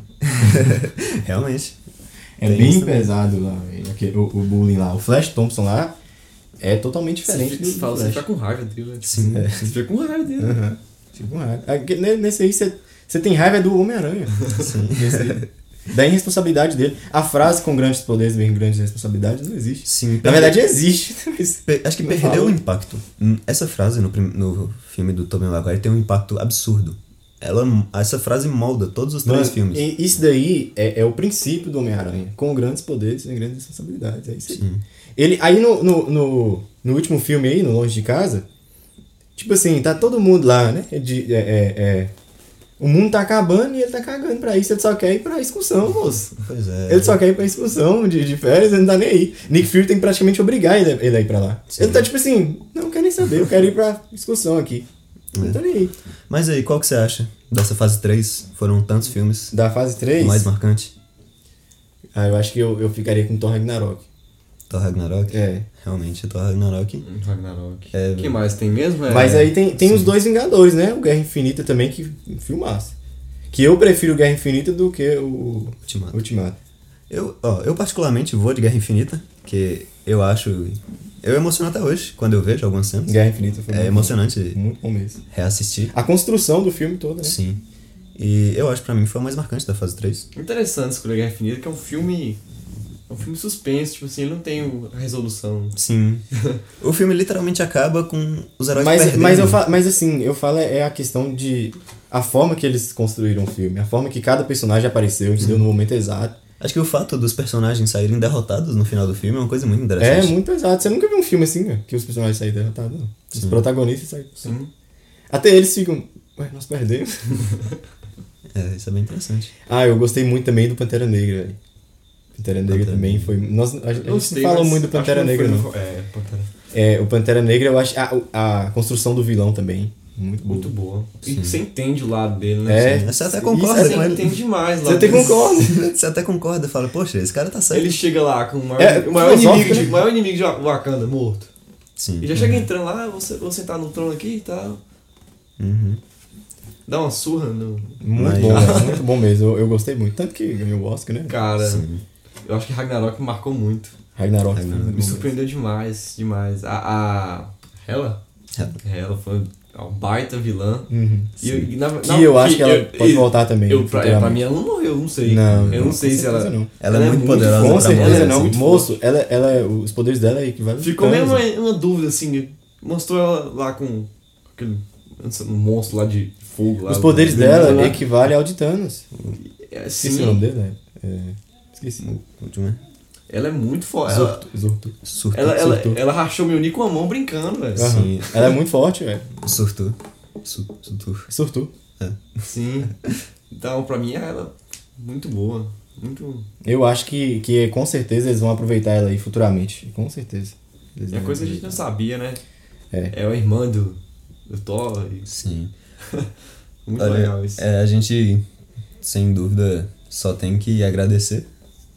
Realmente. É Tem bem isso também. pesado lá, velho, aquele- o, o bullying lá. O Flash Thompson lá é totalmente diferente do, Você do fala, você Flash. fica com raiva dele, né? Sim. É. Você fica com raiva dele. Aham. Fico com raiva. Ah, que- ne- Nesse aí você você tem raiva do Homem-Aranha. Nesse aí. Da irresponsabilidade dele. A frase com grandes poderes vem grandes responsabilidades não existe. Sim, Na verdade existe. mas- Pe- Acho que Não perdeu fala. o impacto. Hum, Essa frase no, prim- no filme do Tobey Maguire tem um impacto absurdo. Ela, essa frase molda todos os três Mano, filmes. e isso daí é, é o princípio do Homem-Aranha. Com grandes poderes vem grandes responsabilidades. É isso aí. Sim. Ele, aí no, no, no, no último filme aí, no Longe de Casa, tipo assim, tá todo mundo lá, né? De, é, é, é, o mundo tá acabando e ele tá cagando pra isso. Ele só quer ir pra excursão, moço. Pois é. Ele só quer ir pra excursão de, de férias, ele não tá nem aí. Nick Fury tem que praticamente obrigar ele, ele a ir pra lá. Sim. Ele tá tipo assim, não quero nem saber, eu quero ir pra excursão aqui. Não tô nem aí. Mas aí, qual que você acha dessa fase três? Foram tantos filmes. Da fase três, O mais marcante? ah, eu acho que eu, eu ficaria com Thor Ragnarok. Thor Ragnarok? É. Realmente, Thor Ragnarok. Hum, Ragnarok. É, O que mais tem mesmo? É... Mas aí tem, tem os dois Vingadores, né? O Guerra Infinita também, que filmasse. Que eu prefiro Guerra Infinita do que o Ultimato. Ultimato. Eu, ó, eu particularmente vou de Guerra Infinita, que eu acho... Eu emociono até hoje, quando eu vejo algumas cenas. Guerra Infinita foi É muito emocionante bom. Muito bom mesmo. reassistir. A construção do filme todo, né? Sim. E eu acho que pra mim foi o mais marcante da fase três. Interessante escolher Guerra Infinita, que é um filme... É um filme suspense, tipo assim, ele não tem o- a resolução. Sim. O filme literalmente acaba com os heróis Mas, perdendo. mas, eu fa- mas assim, eu falo é a questão de... A forma que eles construíram o filme. A forma que cada personagem apareceu, entendeu? No momento exato. Acho que o fato dos personagens saírem derrotados no final do filme é uma coisa muito É, interessante. muito exato. Você nunca viu um filme assim, né? Que os personagens saem derrotados, não. Os Sim. protagonistas saem... Sim. Até eles ficam... Ué, nós perdemos. É, isso é bem interessante. Ah, eu gostei muito também do Pantera Negra, velho. Pantera Negra Pantera também Negra. foi... Nós, a, a gente não Gostei, falou mas muito do acho que Pantera Negra, foi não. no- É, Pantera. É, o Pantera Negra, eu acho... A, a construção do vilão também. Muito boa. Muito boa. E Sim. você entende o lado dele, né? É. Você- Você até Isso concorda é com Você ele. entende demais lá. Você até dele. concorda. Você até concorda, fala, poxa, esse cara tá certo. Ele chega lá com o maior, É, o maior filosófico, inimigo, de, né? o maior inimigo de Wakanda morto. Sim. E já chega entrando lá, você, você tá no trono aqui e tal. Uhum. Dá uma surra no. Muito Mas- bom, velho. Muito bom mesmo. Eu, eu gostei muito. Tanto que ganhou o Oscar, né? Cara, Sim. eu acho que Ragnarok me marcou muito. Ragnarok. Ragnarok. foi muito Me bom surpreendeu demais, demais. A. a Hela? Hela. Hela foi uma baita vilã. mesmo. Uhum. E eu, e na, Que não, eu acho que ela pode eu- voltar também. Eu, pra, é, futuramente. pra mim ela não morreu, eu não sei. Não, eu não, sei com se ela. certeza não. Ela é muito poderosa Com pra certeza morrer, não. muito Moço, ela, ela, é- os poderes dela é equivalente. Ficou mesmo uma, uma dúvida assim. Mostrou ela lá com aquele um monstro lá de fogo. Lá, Os poderes do- dela lá. equivalem ao de Thanos. É, Esqueci sim, o nome dele, né? É, esqueci. O último é? ela é muito forte. Ela, Zorto. Zorto. Surtu. ela, ela, surtou. ela rachou meu nico com a mão brincando, velho. Aham. Sim. Ela é muito forte, velho. Surtu. Su- Surtu. Surtou. Sim. Então, pra mim, ela muito boa. Muito. Eu acho que, que com certeza eles vão aproveitar ela aí futuramente. Com certeza. Eles É vão coisa que a gente não aproveitar. sabia, né? É. É a irmã do, do Thor. e- Sim. Muito Olha, legal isso. é, a gente, sem dúvida, só tem que agradecer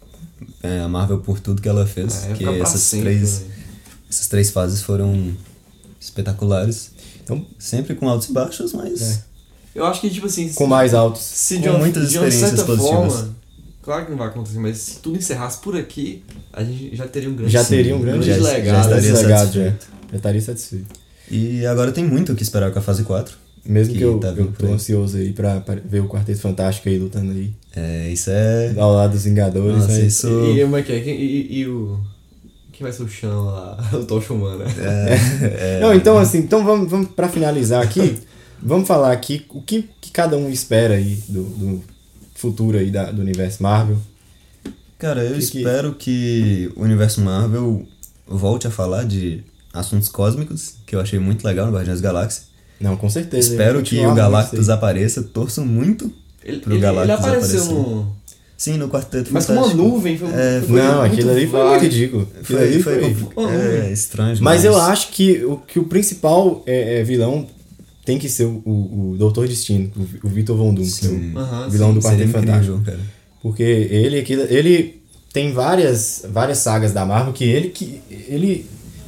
é, a Marvel por tudo que ela fez. É, que ficar pra essas sempre, três, né? essas três fases foram espetaculares. Então, Sempre com altos e baixos, mas... É. Eu acho que, tipo assim, com mais altos. se com de uma, muitas de uma experiências certa positivas. forma, claro que não vai acontecer, mas se tudo encerrasse por aqui, a gente já teria um grande Já Sim, teria um grande já- já legado. estaria legado, já. satisfeito. Já estaria satisfeito. E agora tem muito o que esperar com a fase quatro. Mesmo que, Que eu, tá eu vindo por tô aí. ansioso aí pra, pra ver o Quarteto Fantástico aí lutando aí. É, isso é... Ao lado dos Vingadores. Nossa, né? isso... E, e, como é que é? Quem- e, e, e o. Quem vai ser o chão lá? O Tocha Humana. É, é, Não, então assim, então vamos, vamos pra finalizar aqui, vamos falar aqui o que, que cada um espera aí do, do futuro aí da, do universo Marvel? Cara, eu Que que- espero que o universo Marvel volte a falar de assuntos cósmicos, que eu achei muito legal no Guardiões da Galáxia. Não, com certeza. Espero ele que continuar o muito Galactus isso aí. apareça, torço muito Ele, pro ele, ele Galactus apareceu aparecer. no... Sim, no Quarteto Mas com uma Fantástico. nuvem. Foi, É, foi Não, muito aquilo ali foi vago. muito ridículo. Aquilo Foi, ali foi, foi... é, estranho Mas demais. eu acho que o, que o principal é, é, vilão tem que ser o, o, o Doutor Destino, o, o Victor Von Doom, que é o Aham, vilão sim, do Seria Quarteto incrível, Fantástico. cara. Porque ele, aquilo- ele tem várias, várias sagas da Marvel que ele que ele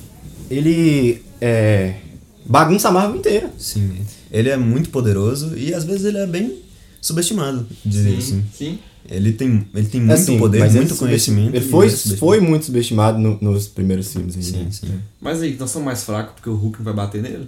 ele é, bagunça a Marvel inteira. Sim, ele é muito poderoso e às vezes ele é bem subestimado, dizer assim. Sim. Ele tem, ele tem muito Assim, poder, mas ele muito subestima- conhecimento. Ele e foi, é subestimado. foi muito subestimado no- nos primeiros filmes. aí, Sim, né? sim. Mas aí, nós somos mais fracos porque o Hulk não vai bater nele?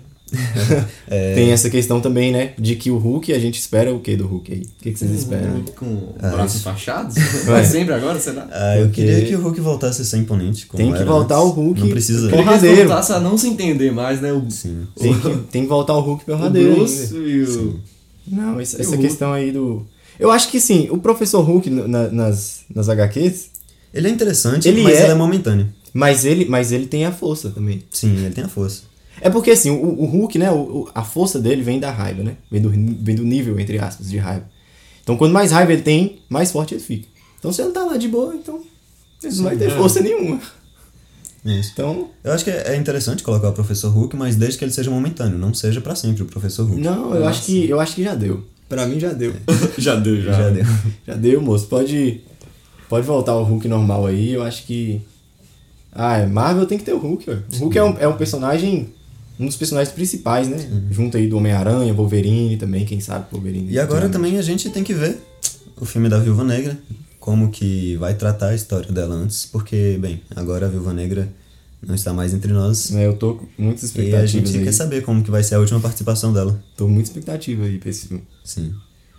É, Tem essa questão também, né? De que o Hulk, a gente espera o que do Hulk aí? O que, que vocês esperam? Hulk com o Ah, braço isso. enfaixados? Vai sempre agora, será? ah, eu Porque- queria que o Hulk voltasse a ser imponente. Como Tem que era voltar antes. o Hulk Não precisa. com- Queria que eles Porradeiro. voltassem a não se entender mais, né? O, Sim. Tem que, tem que voltar o Hulk o porradeiro Bruce ainda. e o... Não, essa, E o essa Hulk? questão aí do... Eu acho que sim, o Professor Hulk na- nas, nas H Qs, Ele é interessante, Ele mas é- ele é momentâneo. mas ele, mas ele tem a força também. Sim, ele tem a força. É porque assim, o, o Hulk, né, o, o- a força dele vem da raiva, né? Vem do, vem do nível, entre aspas, de raiva. Então quanto mais raiva ele tem, mais forte ele fica. Então se ele tá lá de boa, então ele não vai ter é. força nenhuma. Isso. Então, Eu acho que é interessante colocar o Professor Hulk, mas desde que ele seja momentâneo, não seja pra sempre o Professor Hulk. não, eu acho que eu acho que já deu. Pra mim já deu. Já deu, já. Já deu. Já deu, moço. Pode pode voltar o Hulk normal aí. Eu acho que ah, é, Marvel tem que ter o Hulk, velho. O Hulk é um, é um personagem, um dos personagens principais, né? Junto aí do Homem-Aranha, Wolverine também, quem sabe Wolverine. E agora futuramente. também a gente tem que ver o filme da Viúva Negra, como que vai tratar a história dela antes, porque, bem, agora a Viúva Negra não está mais entre nós. É, eu tô com muitas E a expectativas gente aí. quer saber como que vai ser a última participação dela. Tô com muita expectativa aí pra esse filme. Sim.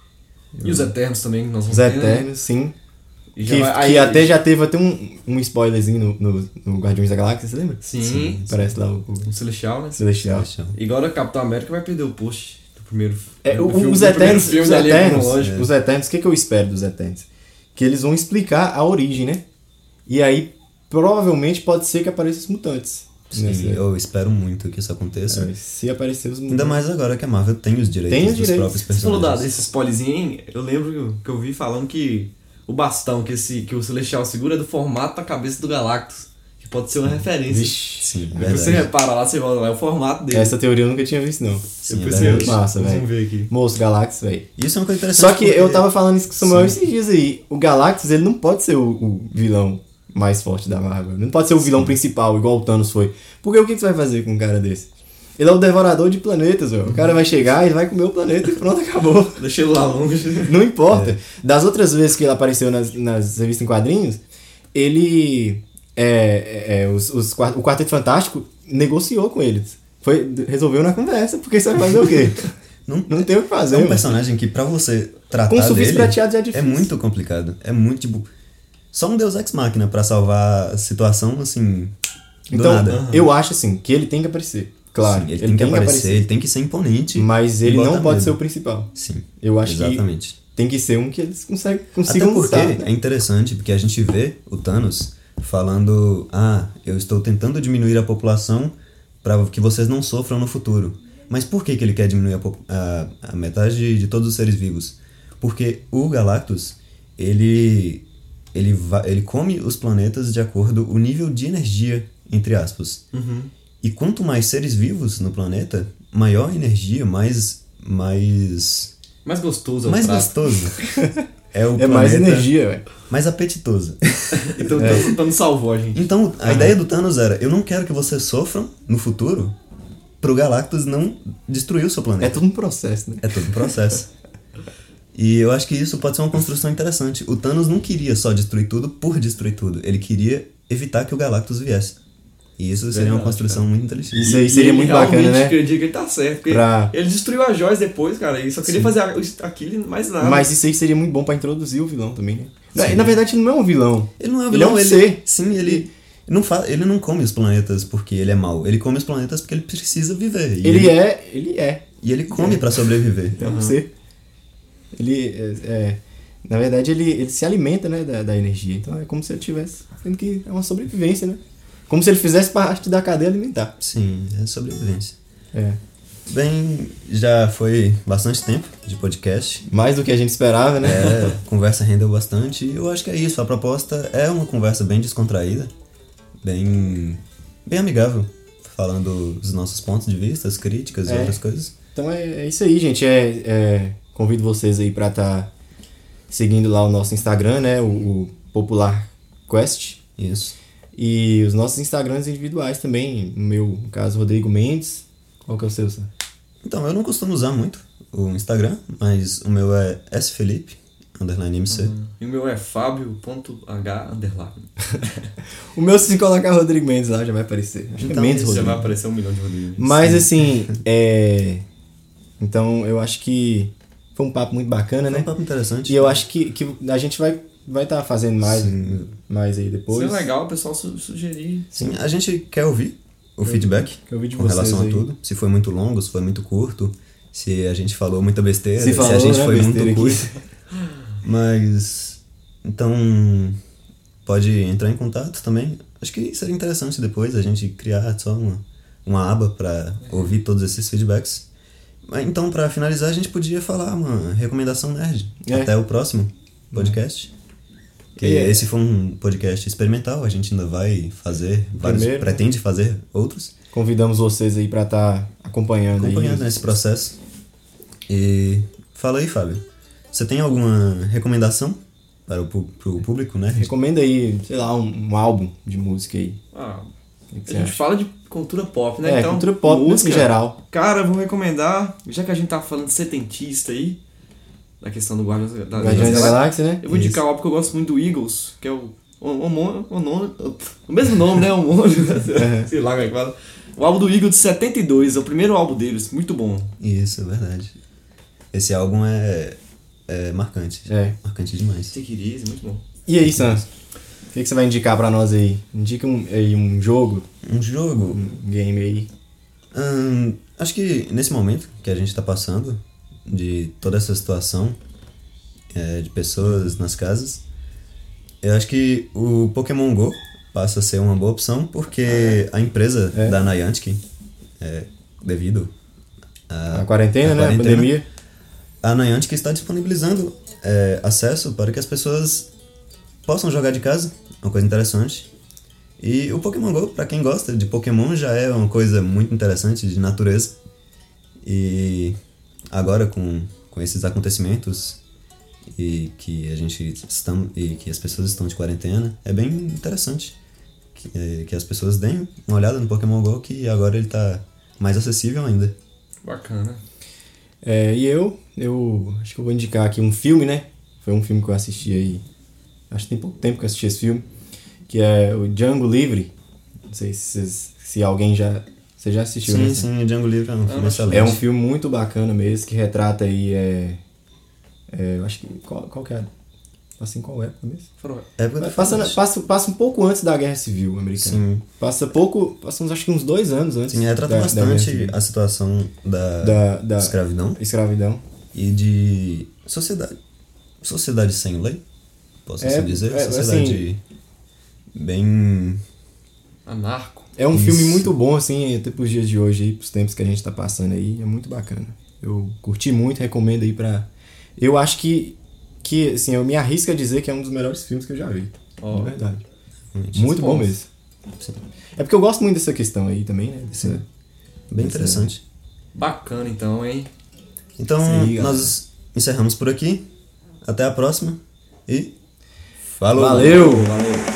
E os Eternos também, nós vamos Os ter, né? Eternos, sim. E já Que, vai- que aí- até já teve até um, um spoilerzinho no, no, no Guardiões da Galáxia, você lembra? Sim, Parece lá o, o um Celestial, né? Celestial. E agora o Capitão América vai perder o post do primeiro, É, do o- filme, os do primeiro Eternos, filme os da linha Eternos, cronológica. os Eternos, o que, que eu espero dos Eternos? Que eles vão explicar a origem, né? E aí, provavelmente, pode ser que apareçam os mutantes. Sim, nessa- eu espero muito que isso aconteça. é, se aparecer os mutantes. Ainda mais agora que a Marvel tem os direitos Tem os dos direitos. próprios Você falou da, personagens. desse spoilerzinho, eu lembro que eu vi falando que o bastão que, esse, que o Celestial segura é do formato da cabeça do Galactus. Que pode ser uma referência. Vixe, Sim, Aí verdade. você repara lá, você volta lá, é o formato dele. essa teoria eu nunca tinha visto, não. Sim, Depois é você- verdade. Massa, vamos velho. ver aqui. Moço, Galactus, velho. Isso é uma coisa interessante. Só que porque- eu tava falando isso com o Samuel Sim. esses dias aí. O Galactus, ele não pode ser o, o vilão mais forte da Marvel. Ele não pode ser o vilão principal, igual o Thanos foi. Porque o que, que você vai fazer com um cara desse? Ele é o devorador de planetas, velho. O cara vai chegar, ele vai comer o planeta e pronto, acabou. Deixa ele lá longe. Não importa. Das outras vezes que ele apareceu nas, nas revistas em quadrinhos, ele. É, é, é, os, os, quar- o Quarteto Fantástico negociou com eles. Foi, resolveu na conversa, porque você vai fazer o quê? Não, Não tem o que fazer. é um mano. personagem que pra você tratar Com o Sufixo dele prateado já é é difícil. muito complicado. É muito, tipo... Só um Deus Ex Machina pra salvar a situação, assim, do Então, nada. eu acho assim, que ele tem que aparecer. Claro, Sim, ele, tem que aparecer, ele tem que ser imponente. Mas e ele botar não pode medo. ser o principal. Sim, Eu acho exatamente. que tem que ser um que eles conseguem, Até consigam porque lutar, né? é interessante, porque a gente vê o Thanos falando: ah, eu estou tentando diminuir a população para que vocês não sofram no futuro. Mas por que, que ele quer diminuir a, po- a, a metade de, de todos os seres vivos? Porque o Galactus, ele, ele, va, ele come os planetas de acordo com o nível de energia, entre aspas. Uhum. E quanto mais seres vivos no planeta, maior energia, mais... mais Mais gostoso é o mais prato. gostoso é o É mais planeta energia, velho. mais apetitoso. Então, É. então, então não salvou a gente. Então, a ideia do Thanos era: eu não quero que vocês sofram no futuro pro Galactus não destruir o seu É planeta. tudo um processo, né? É todo um processo. E eu acho que isso pode ser uma construção interessante. O Thanos não queria só destruir tudo por destruir tudo. Ele queria evitar que o Galactus viesse. E isso seria uma Verdade, construção muito inteligente. Isso aí E seria ele muito bacana, realmente né? acredita que ele tá certo. Porque Pra- ele destruiu as joias depois, cara. E só queria Sim. fazer a- aquilo e mais nada. Mas isso aí seria muito bom pra introduzir o vilão também, né? Na, Sim. na verdade, ele não é um vilão. Ele não é um Ele é vilão, um ele, ser. Sim, ele não, fa, ele não come os planetas porque ele é mau. Ele come os planetas porque ele precisa viver. E Ele é, ele é. E ele come pra sobreviver. É um ser. Ele é, é- Na verdade, ele, ele se alimenta, né, da, da energia. Então é como se ele tivesse... Sendo que é uma sobrevivência, né? Como se ele fizesse parte da cadeia alimentar. Sim, é sobrevivência. É. Bem, já foi bastante tempo de podcast. Mais do que a gente esperava, né? É, a conversa rendeu bastante e eu acho que é isso. A proposta é uma conversa bem descontraída, bem, bem amigável, falando dos nossos pontos de vista, as críticas e É. outras coisas. Então é, é isso aí, gente. É, é, convido vocês aí pra estar seguindo lá o nosso Instagram, né? O, o Popular Quest. Isso. E os nossos Instagrams individuais também. No meu no caso, Rodrigo Mendes. Qual que é o seu, Sam? Então, eu não costumo usar muito o Instagram, mas o meu é sfelipe, underline mc. Uhum. E o meu é fabio.h underline. O meu, se colocar Rodrigo Mendes lá, já vai aparecer. Acho que Então, é Mendes Já Rodrigo. vai aparecer um milhão de Rodrigo. Mas assim, é... Então eu acho que foi um papo muito bacana, Foi né? um papo interessante. E eu acho que, que a gente vai vai estar fazendo mais, Sim. mais aí Se depois. é legal o pessoal su- sugerir. Sim, a gente quer ouvir o feedback quero ouvir de com vocês relação a aí. tudo. Se foi muito longo, se foi muito curto, se a gente falou muita besteira, Se se, falou, a gente né, foi muito besteira aqui. curto. Mas, então, pode entrar em contato também. Acho que seria interessante depois a gente criar só uma, uma aba para ouvir todos esses feedbacks. Mas, então, para finalizar, a gente podia falar uma recomendação nerd. É. Até o próximo podcast. Que É. esse foi um podcast experimental, a gente ainda vai fazer vários, Primeiro. pretende fazer outros, Convidamos vocês aí pra estar acompanhando, acompanhando aí. nesse processo. E fala aí, Fábio, você tem alguma recomendação para o pu- pro público, né? Recomenda aí, sei lá, um, um álbum de música aí. Ah, O que que a você gente acha? fala de cultura pop, né? É, então, cultura pop, música em geral. Cara, eu vou recomendar, já que a gente tá falando de setentista aí, da questão do Guardiões da Guardiões da Galáxia, Galáxia, né? eu vou indicar um álbum que eu gosto muito do Eagles, que é o o, o, o, o, o mesmo nome, né? Homônimo, sei lá como é que fala. O álbum do Eagles de setenta e dois, é o primeiro álbum deles, muito bom. Isso, é verdade. Esse álbum é, é marcante, É. marcante demais. Take It Easy, muito bom. E aí, Sam? O que, que você vai indicar pra nós aí? Indica um, aí um jogo, Um jogo, um game aí. Hum, acho que nesse momento que a gente está passando, de toda essa situação é, de pessoas nas casas, eu acho que o Pokémon GO passa a ser uma boa opção, porque a empresa É. da Niantic, é, devido à A quarentena, à né? A quarentena, pandemia. a Niantic está disponibilizando é, acesso para que as pessoas possam jogar de casa, uma coisa interessante. E o Pokémon GO, para quem gosta de Pokémon, já é uma coisa muito interessante de natureza. E agora com, com esses acontecimentos e que a gente estão e que as pessoas estão de quarentena, é bem interessante que, é, que as pessoas deem uma olhada no Pokémon GO, que agora ele está mais acessível ainda. Bacana. É, e eu, eu acho que eu vou indicar aqui um filme, né? Foi um filme que eu assisti aí. Acho que tem pouco tempo que eu assisti esse filme. Que é o Django Livre. Não sei se, vocês- se alguém já. Você já assistiu, né? Sim, sim, o Django Livre é um filme mas- excelente. É um filme muito bacana mesmo, que retrata aí. É, é, eu acho que. Qual, qual que é? Assim, qual época mesmo? Foram- Época do Passa, na- Faroeste. passa, passa um pouco antes da Guerra Civil americana. Sim. Passa pouco. Passa uns, acho que uns dois anos antes. Sim, retrata da- da Guerra bastante Civil. a situação da, Da- da- escravidão escravidão. e de sociedade. Sociedade sem lei, posso É, assim dizer. é, Sociedade assim- bem. Anarco. É um Isso. filme muito bom, assim, até pros dias de hoje, aí, pros tempos que a gente tá passando aí. É muito bacana. Eu curti muito, recomendo aí pra. Eu acho que, que assim, eu me arrisco a dizer que é um dos melhores filmes que eu já vi. Ó. De verdade. realmente, Muito bom bons. mesmo. É porque eu gosto muito dessa questão aí também, né? Dessa, bem Esse- interessante. Bacana então, hein? Então, Sim, galera. nós encerramos por aqui. Até a próxima e. Falou! Valeu! Valeu.